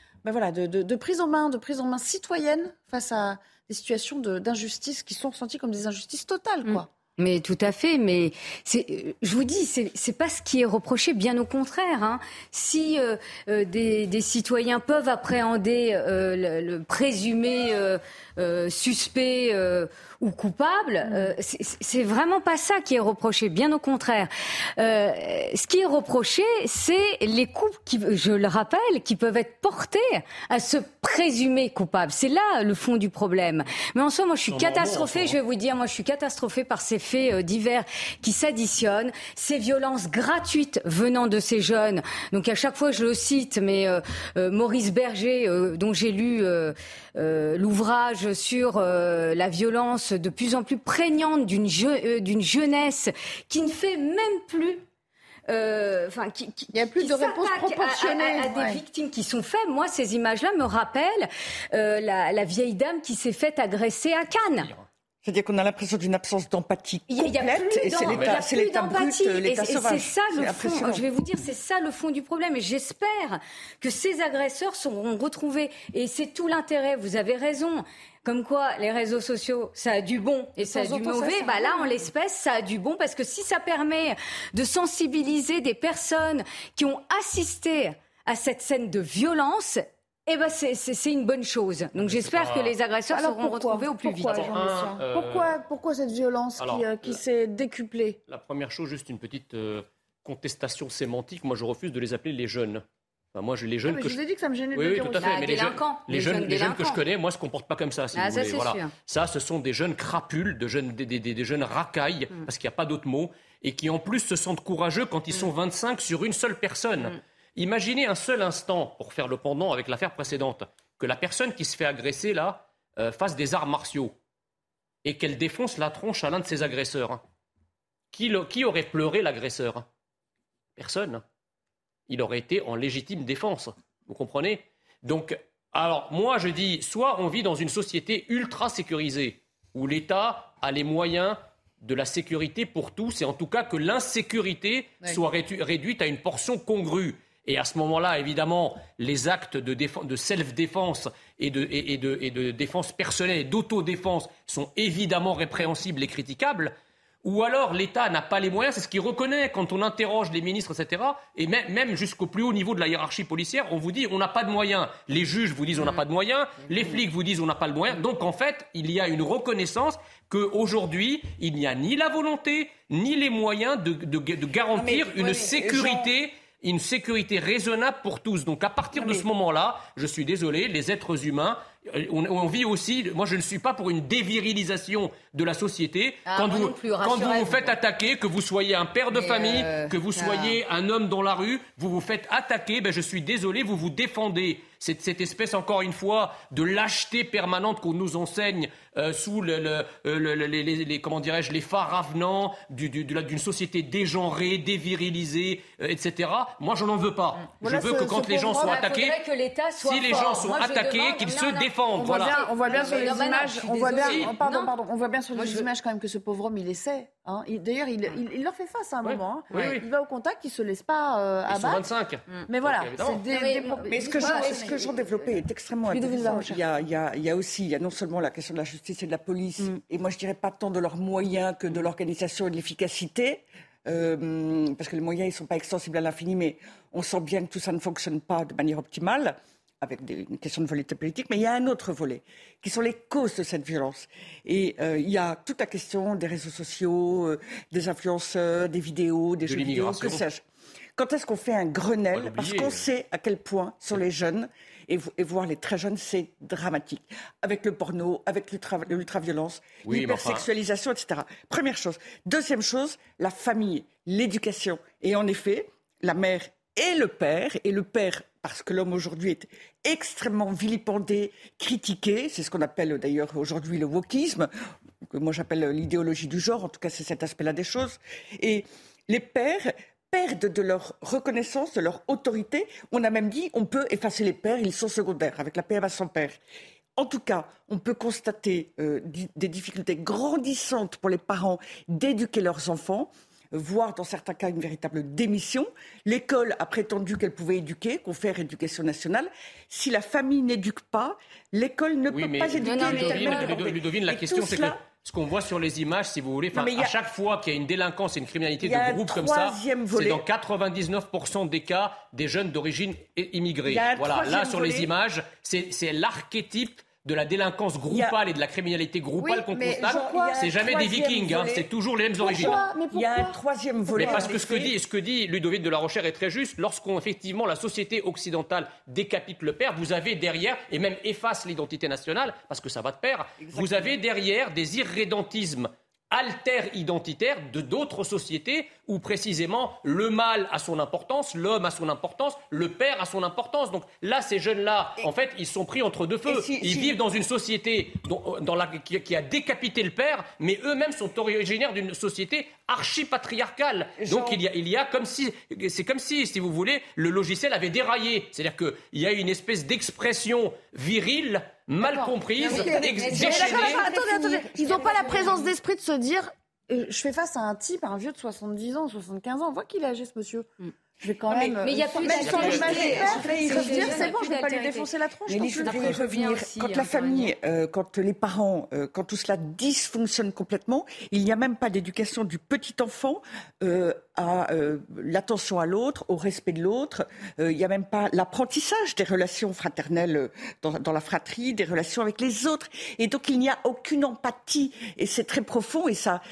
prise en main citoyenne face à des situations d'injustice qui sont ressenties comme des injustices totales, quoi. Mais tout à fait, mais je vous dis, c'est pas ce qui est reproché, bien au contraire. Hein. Si des citoyens peuvent appréhender le présumé suspect ou coupable, c'est vraiment pas ça qui est reproché, bien au contraire. Ce qui est reproché, c'est les coups, je le rappelle, qui peuvent être portés à ce présumé coupable. C'est là le fond du problème. Mais en soi, moi, je suis catastrophée, je vais vous dire, je suis catastrophée par ces faits divers qui s'additionnent, ces violences gratuites venant de ces jeunes. Donc à chaque fois, je le cite, mais Maurice Berger, dont j'ai lu l'ouvrage sur la violence de plus en plus prégnante d'une jeunesse qui ne fait même plus... il n'y a plus de réponse proportionnée à des victimes qui sont faibles. Moi, ces images-là me rappellent la vieille dame qui s'est faite agresser à Cannes. C'est-à-dire qu'on a l'impression d'une absence d'empathie complète, et c'est l'état brut, l'état sauvage. C'est ça le fond, je vais vous dire, c'est ça le fond du problème. Et j'espère que ces agresseurs seront retrouvés. Et c'est tout l'intérêt, vous avez raison. Comme quoi, les réseaux sociaux, ça a du bon et ça a du mauvais. Là, en l'espèce, ça a du bon parce que si ça permet de sensibiliser des personnes qui ont assisté à cette scène de violence, c'est une bonne chose. Donc j'espère que les agresseurs seront retrouvés au plus vite. Pourquoi cette violence qui s'est décuplée ? La première chose, juste une petite contestation sémantique. Moi, je refuse de les appeler les jeunes. Enfin, moi, les jeunes je vous ai dit que ça me gênait de le dire tout à fait. Mais les jeunes que je connais, moi, se comportent pas comme ça, si vous voulez. Voilà. Ça, ce sont des jeunes crapules, des jeunes racailles, parce qu'il n'y a pas d'autre mot, et qui en plus se sentent courageux quand ils sont 25 sur une seule personne. Imaginez un seul instant, pour faire le pendant avec l'affaire précédente, que la personne qui se fait agresser là fasse des arts martiaux et qu'elle défonce la tronche à l'un de ses agresseurs. Qui aurait pleuré l'agresseur ? Personne. Il aurait été en légitime défense. Vous comprenez ? Donc, alors moi je dis, soit on vit dans une société ultra sécurisée, où l'État a les moyens de la sécurité pour tous, et en tout cas que l'insécurité soit réduite à une portion congrue. Et à ce moment-là, évidemment, les actes de self-défense et de défense personnelle et d'autodéfense sont évidemment répréhensibles et critiquables. Ou alors l'État n'a pas les moyens, c'est ce qu'il reconnaît quand on interroge les ministres, etc. Et même jusqu'au plus haut niveau de la hiérarchie policière, on vous dit on n'a pas de moyens. Les juges vous disent on n'a pas de moyens, les flics vous disent on n'a pas de moyens. Donc en fait, il y a une reconnaissance qu'aujourd'hui, il n'y a ni la volonté, ni les moyens de garantir une sécurité... Une sécurité raisonnable pour tous. Donc à partir de ce moment-là, je suis désolé, les êtres humains, on vit aussi... Moi, je ne suis pas pour une dévirilisation de la société. Quand vous vous faites attaquer, que vous soyez un père de famille, que vous soyez un homme dans la rue, vous vous faites attaquer, je suis désolé, vous vous défendez. Cette espèce, encore une fois, de lâcheté permanente qu'on nous enseigne sous comment dirais-je, les phares avenants d'une société dégenrée, dévirilisée, etc. Moi, je n'en veux pas. Je veux que quand les gens sont attaqués, si les gens sont attaqués, qu'ils se défendent. On voit bien sur les images. On voit bien sur les images quand même que ce pauvre homme, il essaie. D'ailleurs, il leur fait face à un moment. Il va au contact, il se laisse pas abattre. Ils sont 25. Mais voilà. Mais ce que Jean développé est extrêmement intéressant. Il y a aussi, il y a non seulement la question de la justice et de la police, et moi je dirais pas tant de leurs moyens que de l'organisation et de l'efficacité, parce que les moyens ils sont pas extensibles à l'infini, mais on sent bien que tout ça ne fonctionne pas de manière optimale, avec une question de volonté politique, mais il y a un autre volet, qui sont les causes de cette violence. Et il y a toute la question des réseaux sociaux, des influenceurs, des vidéos, des jeux vidéo, que sais-je. Quand est-ce qu'on fait un Grenelle ? Parce qu'on sait à quel point, sur les jeunes, et voir les très jeunes, c'est dramatique. Avec le porno, avec l'ultraviolence, l'hypersexualisation, etc. Première chose. Deuxième chose, la famille, l'éducation. Et en effet, la mère et le père, parce que l'homme aujourd'hui est extrêmement vilipendé, critiqué, c'est ce qu'on appelle d'ailleurs aujourd'hui le wokisme, que moi j'appelle l'idéologie du genre, en tout cas c'est cet aspect-là des choses, et les pères perdent de leur reconnaissance, de leur autorité. On a même dit on peut effacer les pères, ils sont secondaires, avec la PMA sans père. En tout cas, on peut constater des difficultés grandissantes pour les parents d'éduquer leurs enfants, voire dans certains cas une véritable démission. L'école a prétendu qu'elle pouvait éduquer, confère éducation nationale. Si la famille n'éduque pas, l'école ne peut pas éduquer. Ludovine, la question c'est que ce qu'on voit sur les images, si vous voulez, à chaque fois qu'il y a une délinquance et une criminalité de groupe comme ça, c'est dans 99% des cas des jeunes d'origine immigrée. Voilà, là sur les images, c'est l'archétype de la délinquance groupale et de la criminalité groupale qu'on constate. C'est jamais des Vikings, c'est toujours les mêmes origines. Il y a un troisième volet. Mais parce que ce que dit Ludovine de la Rochère est très juste. Lorsqu'on effectivement la société occidentale décapite le père, vous avez derrière, et même efface l'identité nationale, parce que ça va de pair, vous avez derrière des irrédentismes alter-identitaires de d'autres sociétés où précisément le mâle a son importance, l'homme a son importance, le père a son importance. Donc là, ces jeunes-là, en fait, ils sont pris entre deux feux. Ils vivent dans une société qui a décapité le père, mais eux-mêmes sont originaires d'une société archi-patriarcale. Donc il y a comme si, si vous voulez, le logiciel avait déraillé. C'est-à-dire qu'il y a une espèce d'expression virile mal comprise, déchaînée. Attendez. Ils n'ont pas la présence d'esprit de se dire je fais face à un type, un vieux de 70 ans, 75 ans. On voit qu'il est âgé, ce monsieur. Je vais quand même. Mais il y a plus d'altérité. Ils peuvent dire c'est bon, je ne vais pas lui défoncer la tronche. Mais il faudrait y revenir. Quand la famille, quand les parents, quand tout cela dysfonctionne complètement, il n'y a même pas d'éducation du petit enfant à l'attention à l'autre, au respect de l'autre. Il n'y a même pas l'apprentissage des relations fraternelles dans la fratrie, des relations avec les autres. Et donc il n'y a aucune empathie. Et c'est très profond. Et ça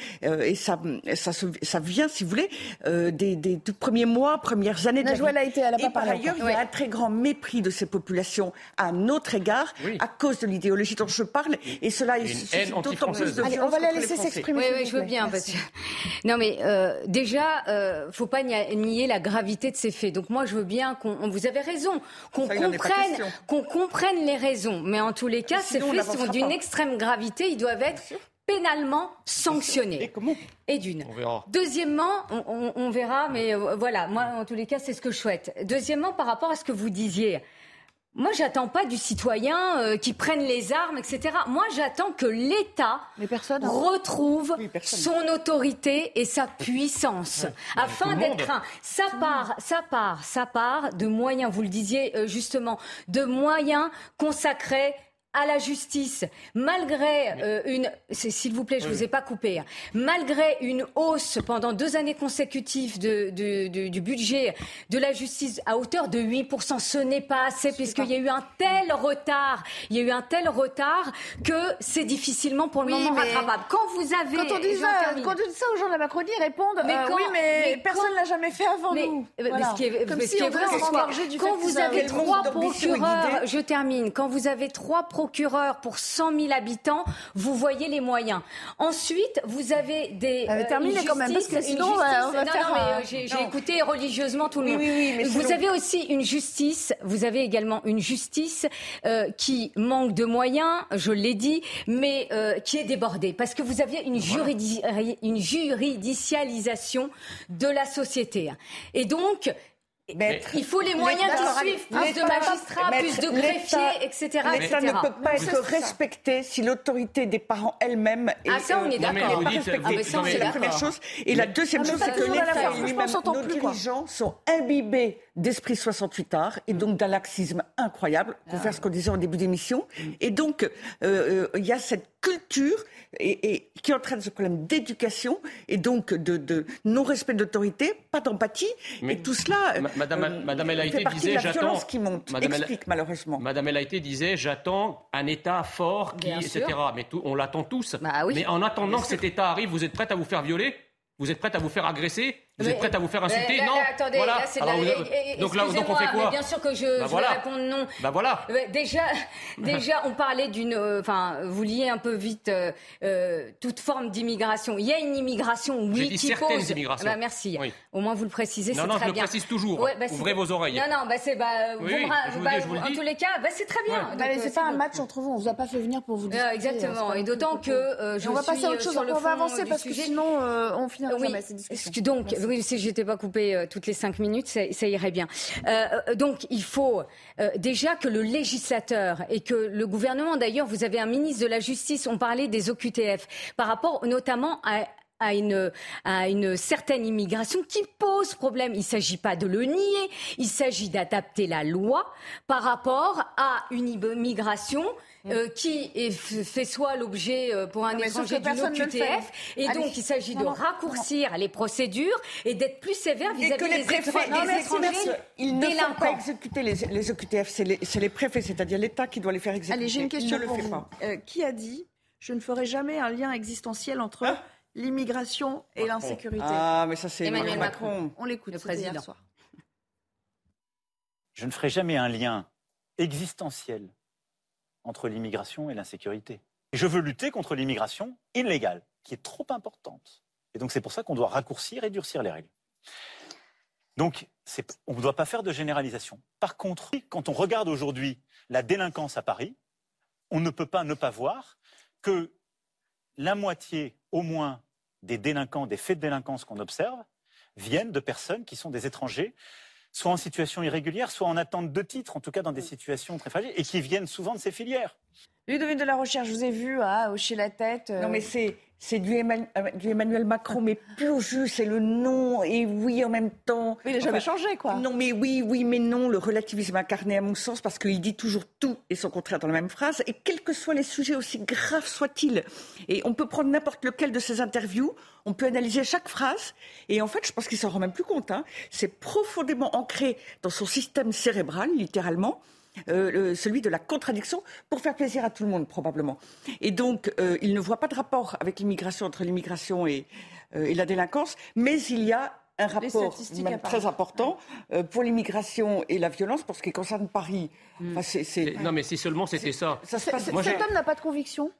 vient, si vous voulez, des tout premiers mois, premières années de la vie. Et par ailleurs, il y a un très grand mépris de ces populations à notre égard, à cause de l'idéologie dont je parle. Et cela suscite d'autant plus de violence. On va la laisser s'exprimer. Oui, je veux bien. Parce que... Non, mais déjà, faut pas nier la gravité de ces faits. Donc moi, je veux bien vous avez raison, qu'on comprenne les raisons. Mais en tous les cas, ces faits sont d'une extrême gravité. Ils doivent être pénalement sanctionnés. Et d'une. Deuxièmement, on verra, mais voilà, moi, en tous les cas, c'est ce que je souhaite. Deuxièmement, par rapport à ce que vous disiez, moi, j'attends pas du citoyen qui prenne les armes, etc. Moi, j'attends que l'État retrouve son autorité et sa puissance, afin d'être ça part de moyens, vous le disiez justement, de moyens consacrés à la justice, malgré s'il vous plaît, je vous ai pas coupé, malgré une hausse pendant 2 années consécutives du budget de la justice à hauteur de 8%, ce n'est pas assez, puisqu'il y a eu un tel retard, que c'est difficilement pour le moment rattrapable. Quand on dit ça aux gens de la Macronie, ils répondent mais personne l'a jamais fait avant nous. Ce qui est vrai, quand vous avez 3 procureurs, je termine, quand vous avez 3 procureurs pour 100 000 habitants, vous voyez les moyens. Ensuite, vous avez des terminé quand même, parce que sinon j'ai écouté religieusement tout le monde. Oui, vous avez aussi une justice, vous avez également une justice qui manque de moyens, je l'ai dit, mais qui est débordée, parce que vous aviez une juridicialisation de la société. Et donc, il faut les moyens qui suivent, plus de magistrats, plus de greffiers, etc. L'État ne peut pas être respecté si l'autorité des parents elle-même est ça, on est d'accord. C'est la première chose. Et la deuxième chose, c'est que l'État et lui-même, nos dirigeants sont imbibés d'esprit 68 art et donc d'un laxisme incroyable, pour faire ce qu'on disait en début d'émission. Et donc, il y a cette culture et qui entraîne ce problème d'éducation et donc de non-respect d'autorité, pas d'empathie. Et tout cela Madame El Haïté disait, j'attends... qui monte, explique malheureusement. Madame El Haïté disait, j'attends un État fort, etc. Mais on l'attend tous. Mais en attendant que cet État arrive, vous êtes prête à vous faire violer ? Vous êtes prête à vous faire agresser ? Vous êtes prête à vous faire insulter? Non. Attendez, voilà. là, c'est donc on fait quoi? Bien sûr que je vais répondre non. Voilà. Déjà, on parlait vous liez un peu vite toute forme d'immigration. Il y a une immigration, oui, qui pose. Certaines immigrations. Merci. Oui. Au moins vous le précisez, c'est très bien. Non, je le précise toujours. Ouais, Ouvrez vos oreilles. Non, je vous le dis. En tous les cas, c'est très bien. Ouais. C'est pas un match entre vous. On vous a pas fait venir pour vous discuter. Exactement. Et d'autant que on va passer à autre chose. On va avancer parce que sinon on finira jamais cette discussion. Donc, si je n'étais pas coupée toutes les 5 minutes, ça irait bien. Donc, il faut déjà que le législateur et que le gouvernement, d'ailleurs, vous avez un ministre de la Justice, on parlait des OQTF, par rapport notamment à une certaine immigration qui pose problème. Il ne s'agit pas de le nier, il s'agit d'adapter la loi par rapport à une immigration qui fait soit l'objet pour un étranger d'une OQTF, et donc il s'agit de raccourcir les procédures et d'être plus sévère vis-à-vis des étrangers. Ils ne font pas exécuter les OQTF, c'est les préfets, c'est-à-dire l'État qui doit les faire exécuter. Allez, j'ai une question pour vous. Qui a dit « Je ne ferai jamais un lien existentiel entre l'immigration et l'insécurité ». Ah, mais ça c'est Emmanuel Macron. On l'écoute, le président. Hier soir. Je ne ferai jamais un lien existentiel entre l'immigration et l'insécurité. Et je veux lutter contre l'immigration illégale, qui est trop importante. Et donc c'est pour ça qu'on doit raccourcir et durcir les règles. Donc on ne doit pas faire de généralisation. Par contre, quand on regarde aujourd'hui la délinquance à Paris, on ne peut pas ne pas voir que la moitié au moins des délinquants, des faits de délinquance qu'on observe, viennent de personnes qui sont des étrangers, soit en situation irrégulière, soit en attente de titre, en tout cas dans des situations très fragiles, et qui viennent souvent de ces filières. Ludovine de la Rochère, je vous ai vu hocher la tête. Non mais c'est du Emmanuel Macron, mais pur jus, c'est le non et oui en même temps. Mais il n'a jamais changé, quoi. Non mais oui, mais non, le relativisme incarné à mon sens, parce qu'il dit toujours tout et son contraire dans la même phrase, et quels que soient les sujets, aussi graves soient-ils. Et on peut prendre n'importe lequel de ces interviews, on peut analyser chaque phrase, et en fait, je pense qu'il s'en rend même plus compte. C'est profondément ancré dans son système cérébral, littéralement. Celui de la contradiction pour faire plaisir à tout le monde probablement. Et donc il ne voit pas de rapport avec l'immigration, entre l'immigration et la délinquance, mais il y a un rapport même très important pour l'immigration et la violence pour ce qui concerne Paris. Non mais si seulement c'était ça. Cet homme n'a pas de conviction.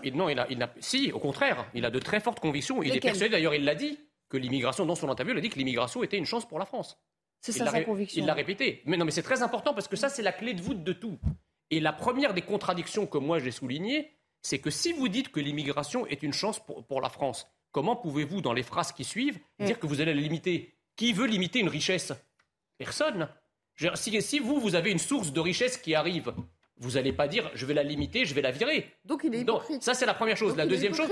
Si, au contraire, il a de très fortes convictions. Il est persuadé, d'ailleurs il l'a dit, que l'immigration, dans son interview, il a dit que l'immigration était une chance pour la France. C'est ça sa conviction. Il l'a répété. Mais c'est très important parce que ça, c'est la clé de voûte de tout. Et la première des contradictions que moi j'ai soulignées, c'est que si vous dites que l'immigration est une chance pour la France, comment pouvez-vous, dans les phrases qui suivent, dire que vous allez la limiter? Qui veut limiter une richesse? Personne. Si vous avez une source de richesse qui arrive, vous n'allez pas dire je vais la limiter, je vais la virer. Donc il est hypocrite. Donc, ça c'est la première chose. La deuxième chose,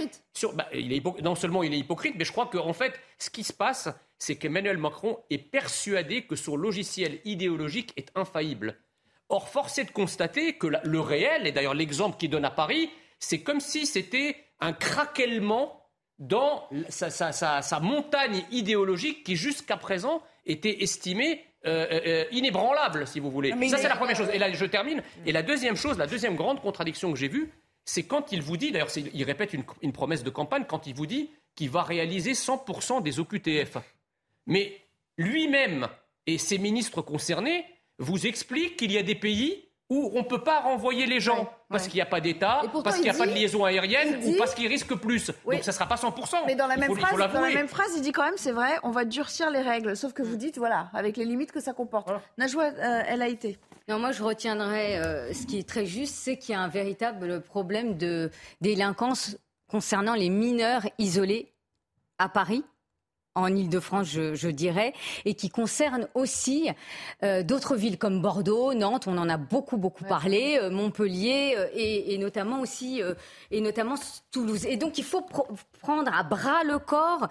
non seulement il est hypocrite, mais je crois qu'en fait, ce qui se passe, c'est qu'Emmanuel Macron est persuadé que son logiciel idéologique est infaillible. Or, force est de constater que le réel, et d'ailleurs l'exemple qu'il donne à Paris, c'est comme si c'était un craquellement dans sa montagne idéologique qui jusqu'à présent était estimée inébranlable, si vous voulez. Ça, c'est la première chose. Et là, je termine. Et la deuxième chose, la deuxième grande contradiction que j'ai vue, c'est quand il vous dit, d'ailleurs, il répète une promesse de campagne, quand il vous dit qu'il va réaliser 100% des OQTF. Mais lui-même et ses ministres concernés vous expliquent qu'il y a des pays où on ne peut pas renvoyer les gens parce qu'il n'y a pas d'État, parce qu'il n'y a pas de liaison aérienne ou parce qu'ils risquent plus. Donc ça ne sera pas 100%. Mais dans la même phrase, il dit quand même, c'est vrai, on va durcir les règles. Sauf que vous dites, voilà, avec les limites que ça comporte. Najwa El Haïty. Non, moi je retiendrai ce qui est très juste, c'est qu'il y a un véritable problème de délinquance concernant les mineurs isolés à Paris, en Ile-de-France, je dirais, et qui concerne aussi d'autres villes comme Bordeaux, Nantes, on en a beaucoup parlé, Montpellier et notamment aussi Toulouse. Et donc il faut prendre à bras le corps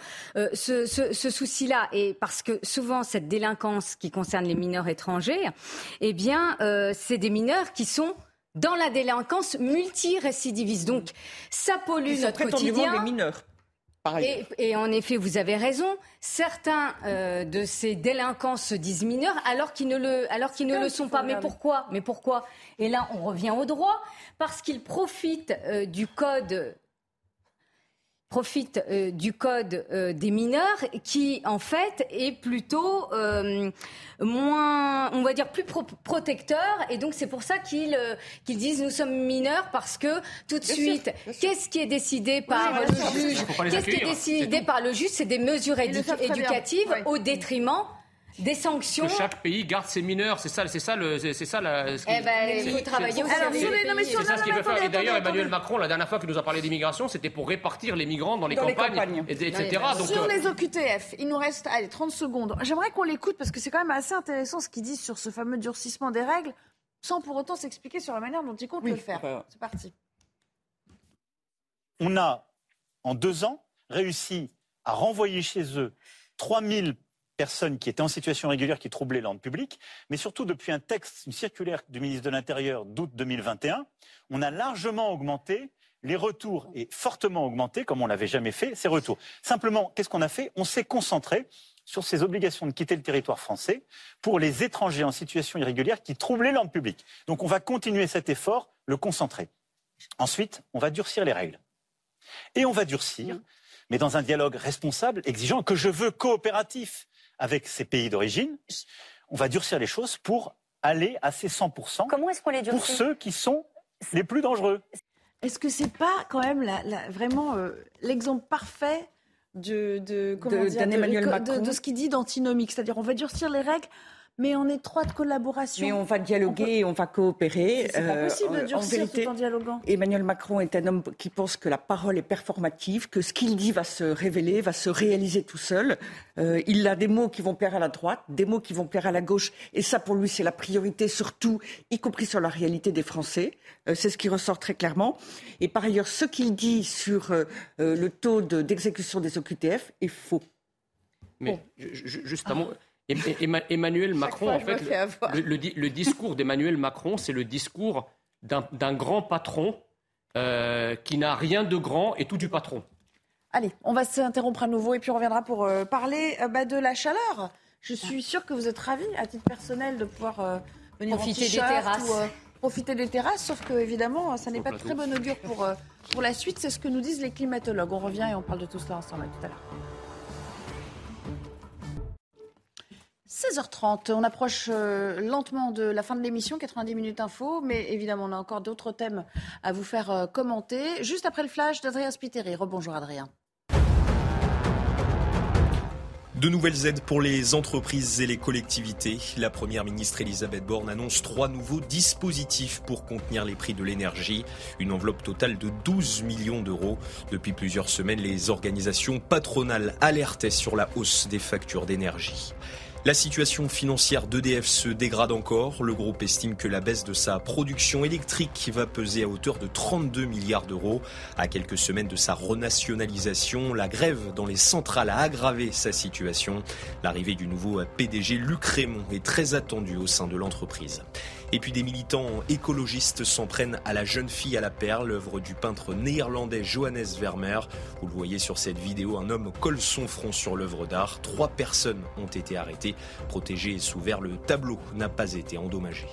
ce souci-là, et parce que souvent cette délinquance qui concerne les mineurs étrangers, eh bien c'est des mineurs qui sont dans la délinquance multirécidiviste. Donc ça pollue notre quotidien. Les mineurs. Et en effet, vous avez raison, certains de ces délinquants se disent mineurs alors qu'ils ne le sont pas. Mais pourquoi? Et là, on revient au droit, parce qu'ils profitent du code profite du code des mineurs qui, en fait, est plutôt moins, on va dire, plus protecteur. Et donc, c'est pour ça qu'ils disent nous sommes mineurs parce que tout de suite, qu'est-ce qui est décidé par le juge ? Qu'est-ce qui est décidé par le juge ? C'est des mesures éducatives au détriment des sanctions. Que chaque pays garde ses mineurs, c'est ça il faut travailler aussi. C'est ça ce qu'il veut faire. Et d'ailleurs, Emmanuel Macron, la dernière fois qu'il nous a parlé d'immigration, c'était pour répartir les migrants dans les campagnes, etc. Donc, sur les OQTF, il nous reste 30 secondes. J'aimerais qu'on l'écoute parce que c'est quand même assez intéressant ce qu'ils disent sur ce fameux durcissement des règles, sans pour autant s'expliquer sur la manière dont ils comptent le faire. C'est parti. On a, en 2 ans, réussi à renvoyer chez eux 3000 personnes qui étaient en situation régulière, qui troublaient l'ordre public, mais surtout depuis un texte, une circulaire du ministre de l'Intérieur d'août 2021, on a largement augmenté les retours et fortement augmenté, comme on l'avait jamais fait, ces retours. Simplement, qu'est-ce qu'on a fait ? On s'est concentré sur ces obligations de quitter le territoire français pour les étrangers en situation irrégulière qui troublaient l'ordre public. Donc on va continuer cet effort, le concentrer. Ensuite, on va durcir les règles. Et on va durcir, mais dans un dialogue responsable, exigeant, que je veux coopératif avec ces pays d'origine. On va durcir les choses pour aller à ces 100%. Comment est-ce qu'on les durcit ? Pour ceux qui sont les plus dangereux. Est-ce que c'est pas quand même vraiment l'exemple parfait de ce qu'il dit d'antinomique ? C'est-à-dire on va durcir les règles, mais en étroite collaboration. Mais on va dialoguer, on va coopérer. C'est pas possible de durcir tout en dialoguant. Emmanuel Macron est un homme qui pense que la parole est performative, que ce qu'il dit va se révéler, va se réaliser tout seul. Il a des mots qui vont plaire à la droite, des mots qui vont plaire à la gauche. Et ça, pour lui, c'est la priorité, surtout, y compris sur la réalité des Français. C'est ce qui ressort très clairement. Et par ailleurs, ce qu'il dit sur le taux d'exécution des OQTF est faux. Mais juste un mot... Emmanuel Macron, en fait, le discours d'Emmanuel Macron, c'est le discours d'un grand patron qui n'a rien de grand et tout du patron. Allez, on va s'interrompre à nouveau et puis on reviendra pour parler de la chaleur. Je suis sûre que vous êtes ravis, à titre personnel, de pouvoir venir profiter en t-shirt des terrasses. Ou profiter des terrasses, sauf que évidemment, ça n'est pas de très bon augure pour la suite. C'est ce que nous disent les climatologues. On revient et on parle de tout cela ensemble tout à l'heure. 16h30, on approche lentement de la fin de l'émission, 90 minutes info, mais évidemment on a encore d'autres thèmes à vous faire commenter. Juste après le flash d'Adrien Spiteri. Rebonjour Adrien. De nouvelles aides pour les entreprises et les collectivités. La première ministre Elisabeth Borne annonce 3 nouveaux dispositifs pour contenir les prix de l'énergie. Une enveloppe totale de 12 millions d'euros. Depuis plusieurs semaines, les organisations patronales alertaient sur la hausse des factures d'énergie. La situation financière d'EDF se dégrade encore. Le groupe estime que la baisse de sa production électrique va peser à hauteur de 32 milliards d'euros. À quelques semaines de sa renationalisation, la grève dans les centrales a aggravé sa situation. L'arrivée du nouveau PDG Luc Rémont est très attendue au sein de l'entreprise. Et puis des militants écologistes s'en prennent à la jeune fille à la perle, l'œuvre du peintre néerlandais Johannes Vermeer. Vous le voyez sur cette vidéo, un homme colle son front sur l'œuvre d'art. 3 personnes ont été arrêtées, protégées et sous verre. Le tableau n'a pas été endommagé.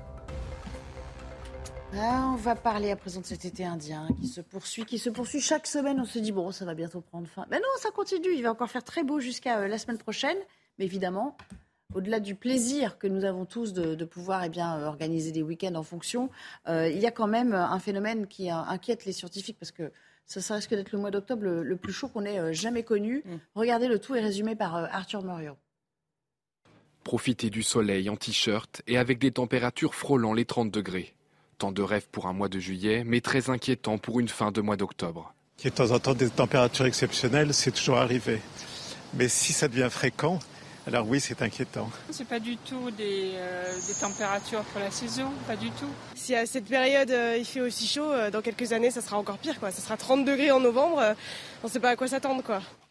On va parler à présent de cet été indien qui se poursuit chaque semaine. On se dit bon, ça va bientôt prendre fin. Mais non, ça continue. Il va encore faire très beau jusqu'à la semaine prochaine. Mais évidemment, au-delà du plaisir que nous avons tous de pouvoir organiser des week-ends en fonction, il y a quand même un phénomène qui inquiète les scientifiques parce que ça risque d'être le mois d'octobre le plus chaud qu'on ait jamais connu. Regardez, le tout est résumé par Arthur Muriot. Profiter du soleil en t-shirt et avec des températures frôlant les 30 degrés. Tant de rêves pour un mois de juillet, mais très inquiétant pour une fin de mois d'octobre. Qu'il y ait de temps en temps des températures exceptionnelles, c'est toujours arrivé. Mais si ça devient fréquent, alors oui, c'est inquiétant. C'est pas du tout des températures pour la saison, pas du tout. Si à cette période il fait aussi chaud, dans quelques années ça sera encore pire, quoi. Ça sera 30 degrés en novembre, on ne sait pas à quoi s'attendre, quoi.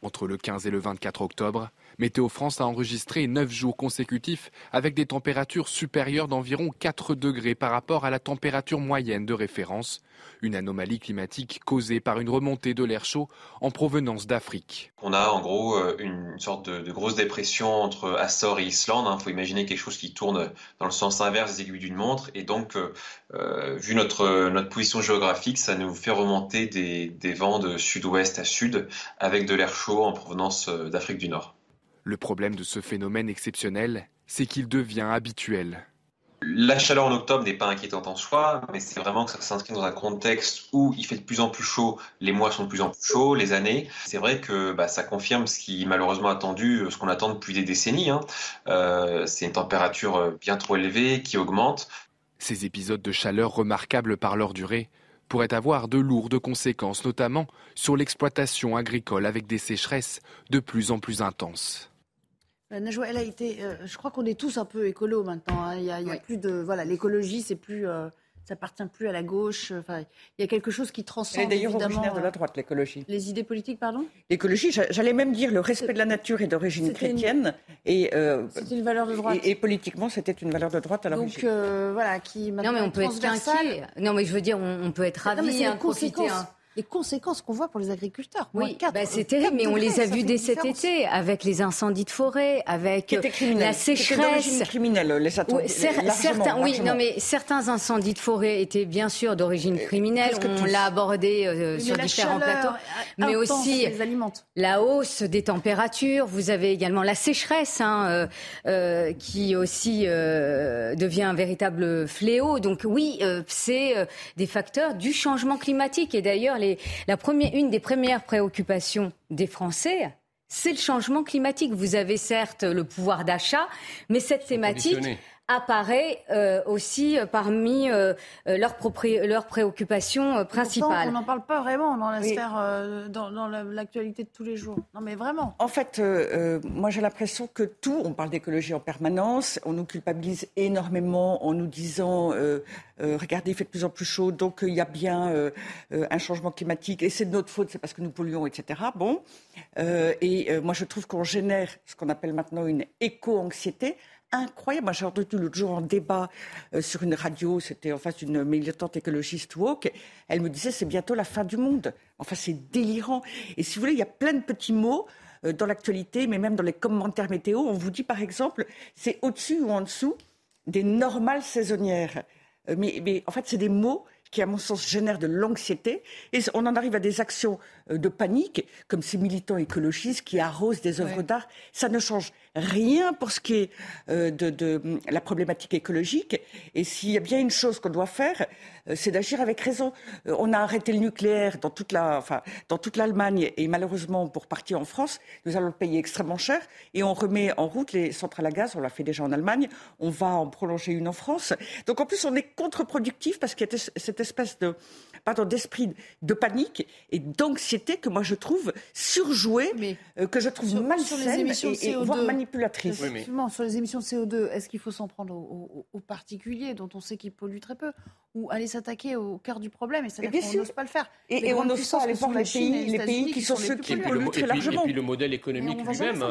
Entre le 15 et le 24 octobre, Météo France a enregistré 9 jours consécutifs avec des températures supérieures d'environ 4 degrés par rapport à la température moyenne de référence. Une anomalie climatique causée par une remontée de l'air chaud en provenance d'Afrique. On a en gros une sorte de grosse dépression entre Açores et Islande. Il faut imaginer quelque chose qui tourne dans le sens inverse des aiguilles d'une montre. Et donc, vu notre position géographique, ça nous fait remonter des vents de sud-ouest à sud avec de l'air chaud en provenance d'Afrique du Nord. Le problème de ce phénomène exceptionnel, c'est qu'il devient habituel. La chaleur en octobre n'est pas inquiétante en soi, mais c'est vraiment que ça s'inscrit dans un contexte où il fait de plus en plus chaud, les mois sont de plus en plus chauds, les années. C'est vrai que ça confirme ce qui est malheureusement attendu, ce qu'on attend depuis des décennies. C'est une température bien trop élevée qui augmente. Ces épisodes de chaleur remarquables par leur durée pourraient avoir de lourdes conséquences, notamment sur l'exploitation agricole avec des sécheresses de plus en plus intenses. Najwa El Haïty, je crois qu'on est tous un peu écolos maintenant. Il y a plus de l'écologie, c'est plus, ça appartient plus à la gauche. Enfin, il y a quelque chose qui transcende. Elle est d'ailleurs évidemment originaire de la droite, l'écologie. Les idées politiques, pardon. L'écologie, j'allais même dire le respect de la nature est d'origine chrétienne c'était une valeur de droite. Et politiquement, c'était une valeur de droite à l'origine. Donc qui maintenant. Non, mais on peut être qu'inquiet. Non, mais je veux dire, on peut être ravi de profiter. Les conséquences qu'on voit pour les agriculteurs. Oui, c'est terrible, mais on les a vues dès cet été, avec les incendies de forêt, avec la sécheresse. Criminelle, les certains incendies de forêt étaient bien sûr d'origine criminelle. On l'a abordé sur différents plateaux. Mais aussi la hausse des températures. Vous avez également la sécheresse, qui aussi devient un véritable fléau. Donc oui, c'est des facteurs du changement climatique. Et d'ailleurs, une des premières préoccupations des Français, c'est le changement climatique. Vous avez certes le pouvoir d'achat, mais cette thématique apparaît aussi parmi leurs préoccupations principales. On n'en parle pas vraiment dans la sphère, dans l'actualité de tous les jours. Non, mais vraiment. En fait, moi j'ai l'impression que on parle d'écologie en permanence, on nous culpabilise énormément en nous disant regardez, il fait de plus en plus chaud, donc il y a bien un changement climatique et c'est de notre faute, c'est parce que nous polluons, etc. Bon, moi je trouve qu'on génère ce qu'on appelle maintenant une éco-anxiété. Incroyable. Moi, j'ai entendu l'autre jour en débat sur une radio, c'était en face d'une militante écologiste woke. Elle me disait c'est bientôt la fin du monde. Enfin, c'est délirant. Et si vous voulez, il y a plein de petits mots dans l'actualité, mais même dans les commentaires météo. On vous dit par exemple, c'est au-dessus ou en dessous des normales saisonnières. Mais en fait, c'est des mots qui, à mon sens, génèrent de l'anxiété. Et on en arrive à des actions de panique, comme ces militants écologistes qui arrosent des œuvres d'art. Ça ne change rien pour ce qui est de la problématique écologique. Et s'il y a bien une chose qu'on doit faire, c'est d'agir avec raison. On a arrêté le nucléaire dans toute l'Allemagne et malheureusement, pour partir en France, nous allons le payer extrêmement cher. Et on remet en route les centrales à gaz. On l'a fait déjà en Allemagne. On va en prolonger une en France. Donc en plus, on est contre-productif parce qu'il y a cette espèce d'esprit de panique et d'anxiété que moi je trouve surjouée, que je trouve malsaine et voire manipulatrice. Effectivement, sur les émissions de CO2, est-ce qu'il faut s'en prendre aux particuliers dont on sait qu'ils polluent très peu ou aller s'attaquer au cœur du problème, et c'est-à-dire qu'on n'ose pas le faire. Et on n'ose pas aller voir les pays qui sont ceux qui polluent très largement. Et puis le modèle économique lui-même,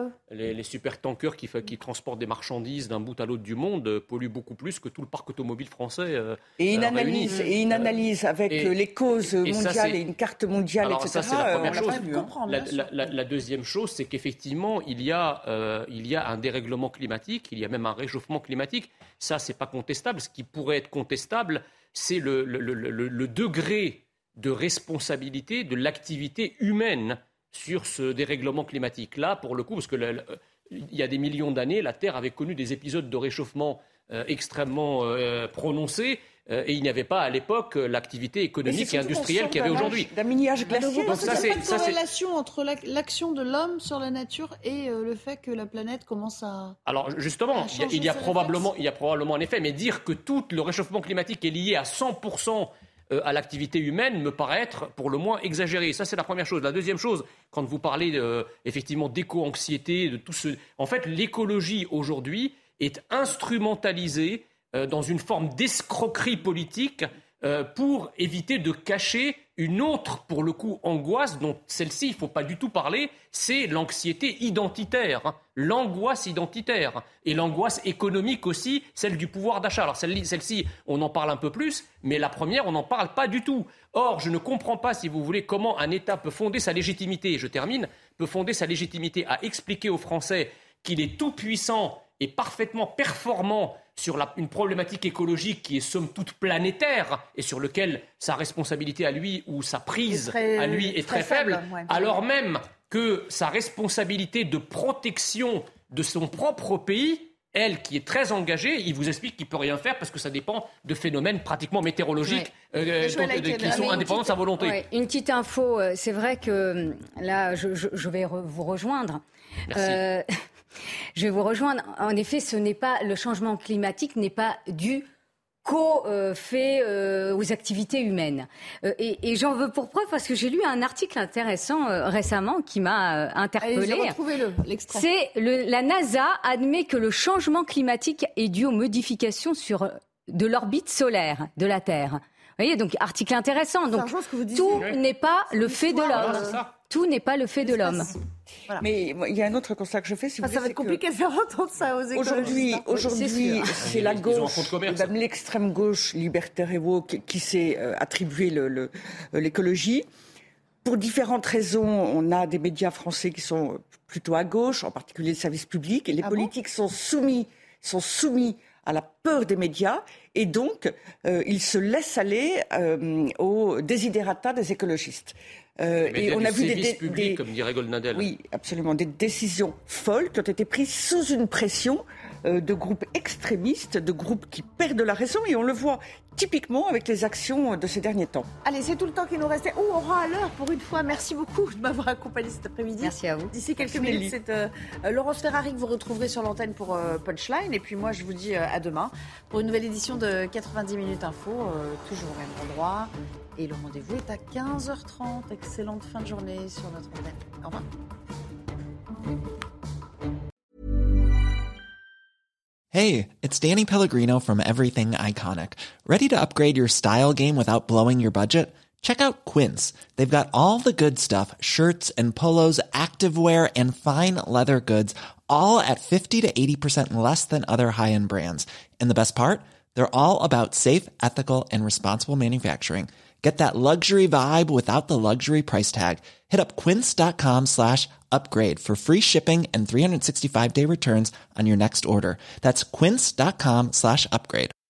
les supertankers qui transportent des marchandises d'un bout à l'autre du monde polluent beaucoup plus que tout le parc automobile français. Et une analyse avec les causes mondiales et une carte mondiale, alors, etc. Ça, c'est la première chose. Comprendre, la deuxième chose, c'est qu'effectivement, il y a un dérèglement climatique, il y a même un réchauffement climatique. Ça, c'est pas contestable. Ce qui pourrait être contestable, c'est le degré de responsabilité de l'activité humaine sur ce dérèglement climatique-là, pour le coup, parce que il y a des millions d'années, la Terre avait connu des épisodes de réchauffement extrêmement prononcés. Et il n'y avait pas à l'époque l'activité économique et industrielle qu'il y avait aujourd'hui. D'un mini-âge glaciaire. Donc ça, c'est pas de corrélation entre l'action de l'homme sur la nature et le fait que la planète commence à. Alors justement, il y a probablement un effet, mais dire que tout le réchauffement climatique est lié à 100% à l'activité humaine me paraît être pour le moins exagéré. Ça, c'est la première chose. La deuxième chose, quand vous parlez effectivement d'éco-anxiété, de tout ce, en fait, l'écologie aujourd'hui est instrumentalisée dans une forme d'escroquerie politique pour éviter de cacher une autre, pour le coup, angoisse, dont celle-ci, il ne faut pas du tout parler, c'est l'anxiété identitaire, l'angoisse identitaire, et l'angoisse économique aussi, celle du pouvoir d'achat. Alors celle-ci, on en parle un peu plus, mais la première, on n'en parle pas du tout. Or, je ne comprends pas, si vous voulez, comment un État peut fonder sa légitimité, et je termine, peut fonder sa légitimité à expliquer aux Français qu'il est tout puissant et parfaitement performant sur une problématique écologique qui est somme toute planétaire et sur lequel sa responsabilité à lui ou sa prise à lui est très faible, alors même que sa responsabilité de protection de son propre pays, elle qui est très engagée, il vous explique qu'il ne peut rien faire parce que ça dépend de phénomènes pratiquement météorologiques qui sont indépendants de sa volonté. Ouais. Une petite info, c'est vrai que là, je vais vous rejoindre. Merci. Je vais vous rejoindre. En effet, le changement climatique n'est pas dû fait aux activités humaines. Et j'en veux pour preuve parce que j'ai lu un article intéressant récemment qui m'a interpellée. Allez, retrouvez-le, l'extrait. La NASA admet que le changement climatique est dû aux modifications de l'orbite solaire de la Terre. Vous voyez, donc article intéressant. Donc tout n'est pas le fait de l'homme. Tout n'est pas le fait de l'homme. Voilà. Mais il y a un autre constat que je fais. Ça va être compliqué de faire entendre ça aux écologistes. Aujourd'hui, c'est la gauche, même l'extrême gauche libertaire et woke qui s'est attribué l'écologie. Pour différentes raisons, on a des médias français qui sont plutôt à gauche, en particulier le service public, et les politiques sont soumis à la peur des médias, et donc ils se laissent aller aux desiderata des écologistes. Et on a vu des publics, comme dirait Goldnadel. Oui, absolument, des décisions folles qui ont été prises sous une pression de groupes extrémistes, de groupes qui perdent la raison, et on le voit typiquement avec les actions de ces derniers temps. Allez, c'est tout le temps qu'il nous restait. On aura à l'heure pour une fois. Merci beaucoup de m'avoir accompagné cet après-midi. Merci à vous. D'ici quelques minutes, c'est Laurence Ferrari que vous retrouverez sur l'antenne pour Punchline. Et puis moi, je vous dis à demain pour une nouvelle édition de 90 minutes info, toujours au même endroit. Et le rendez-vous est à 15h30. Excellente fin de journée sur notre antenne. Au revoir. Hey, it's Danny Pellegrino from Everything Iconic. Ready to upgrade your style game without blowing your budget? Check out Quince. They've got all the good stuff, shirts and polos, activewear, and fine leather goods, all at 50 to 80% less than other high-end brands. And the best part? They're all about safe, ethical, and responsible manufacturing. Get that luxury vibe without the luxury price tag. Hit up quince.com/upgrade for free shipping and 365-day returns on your next order. That's quince.com/upgrade.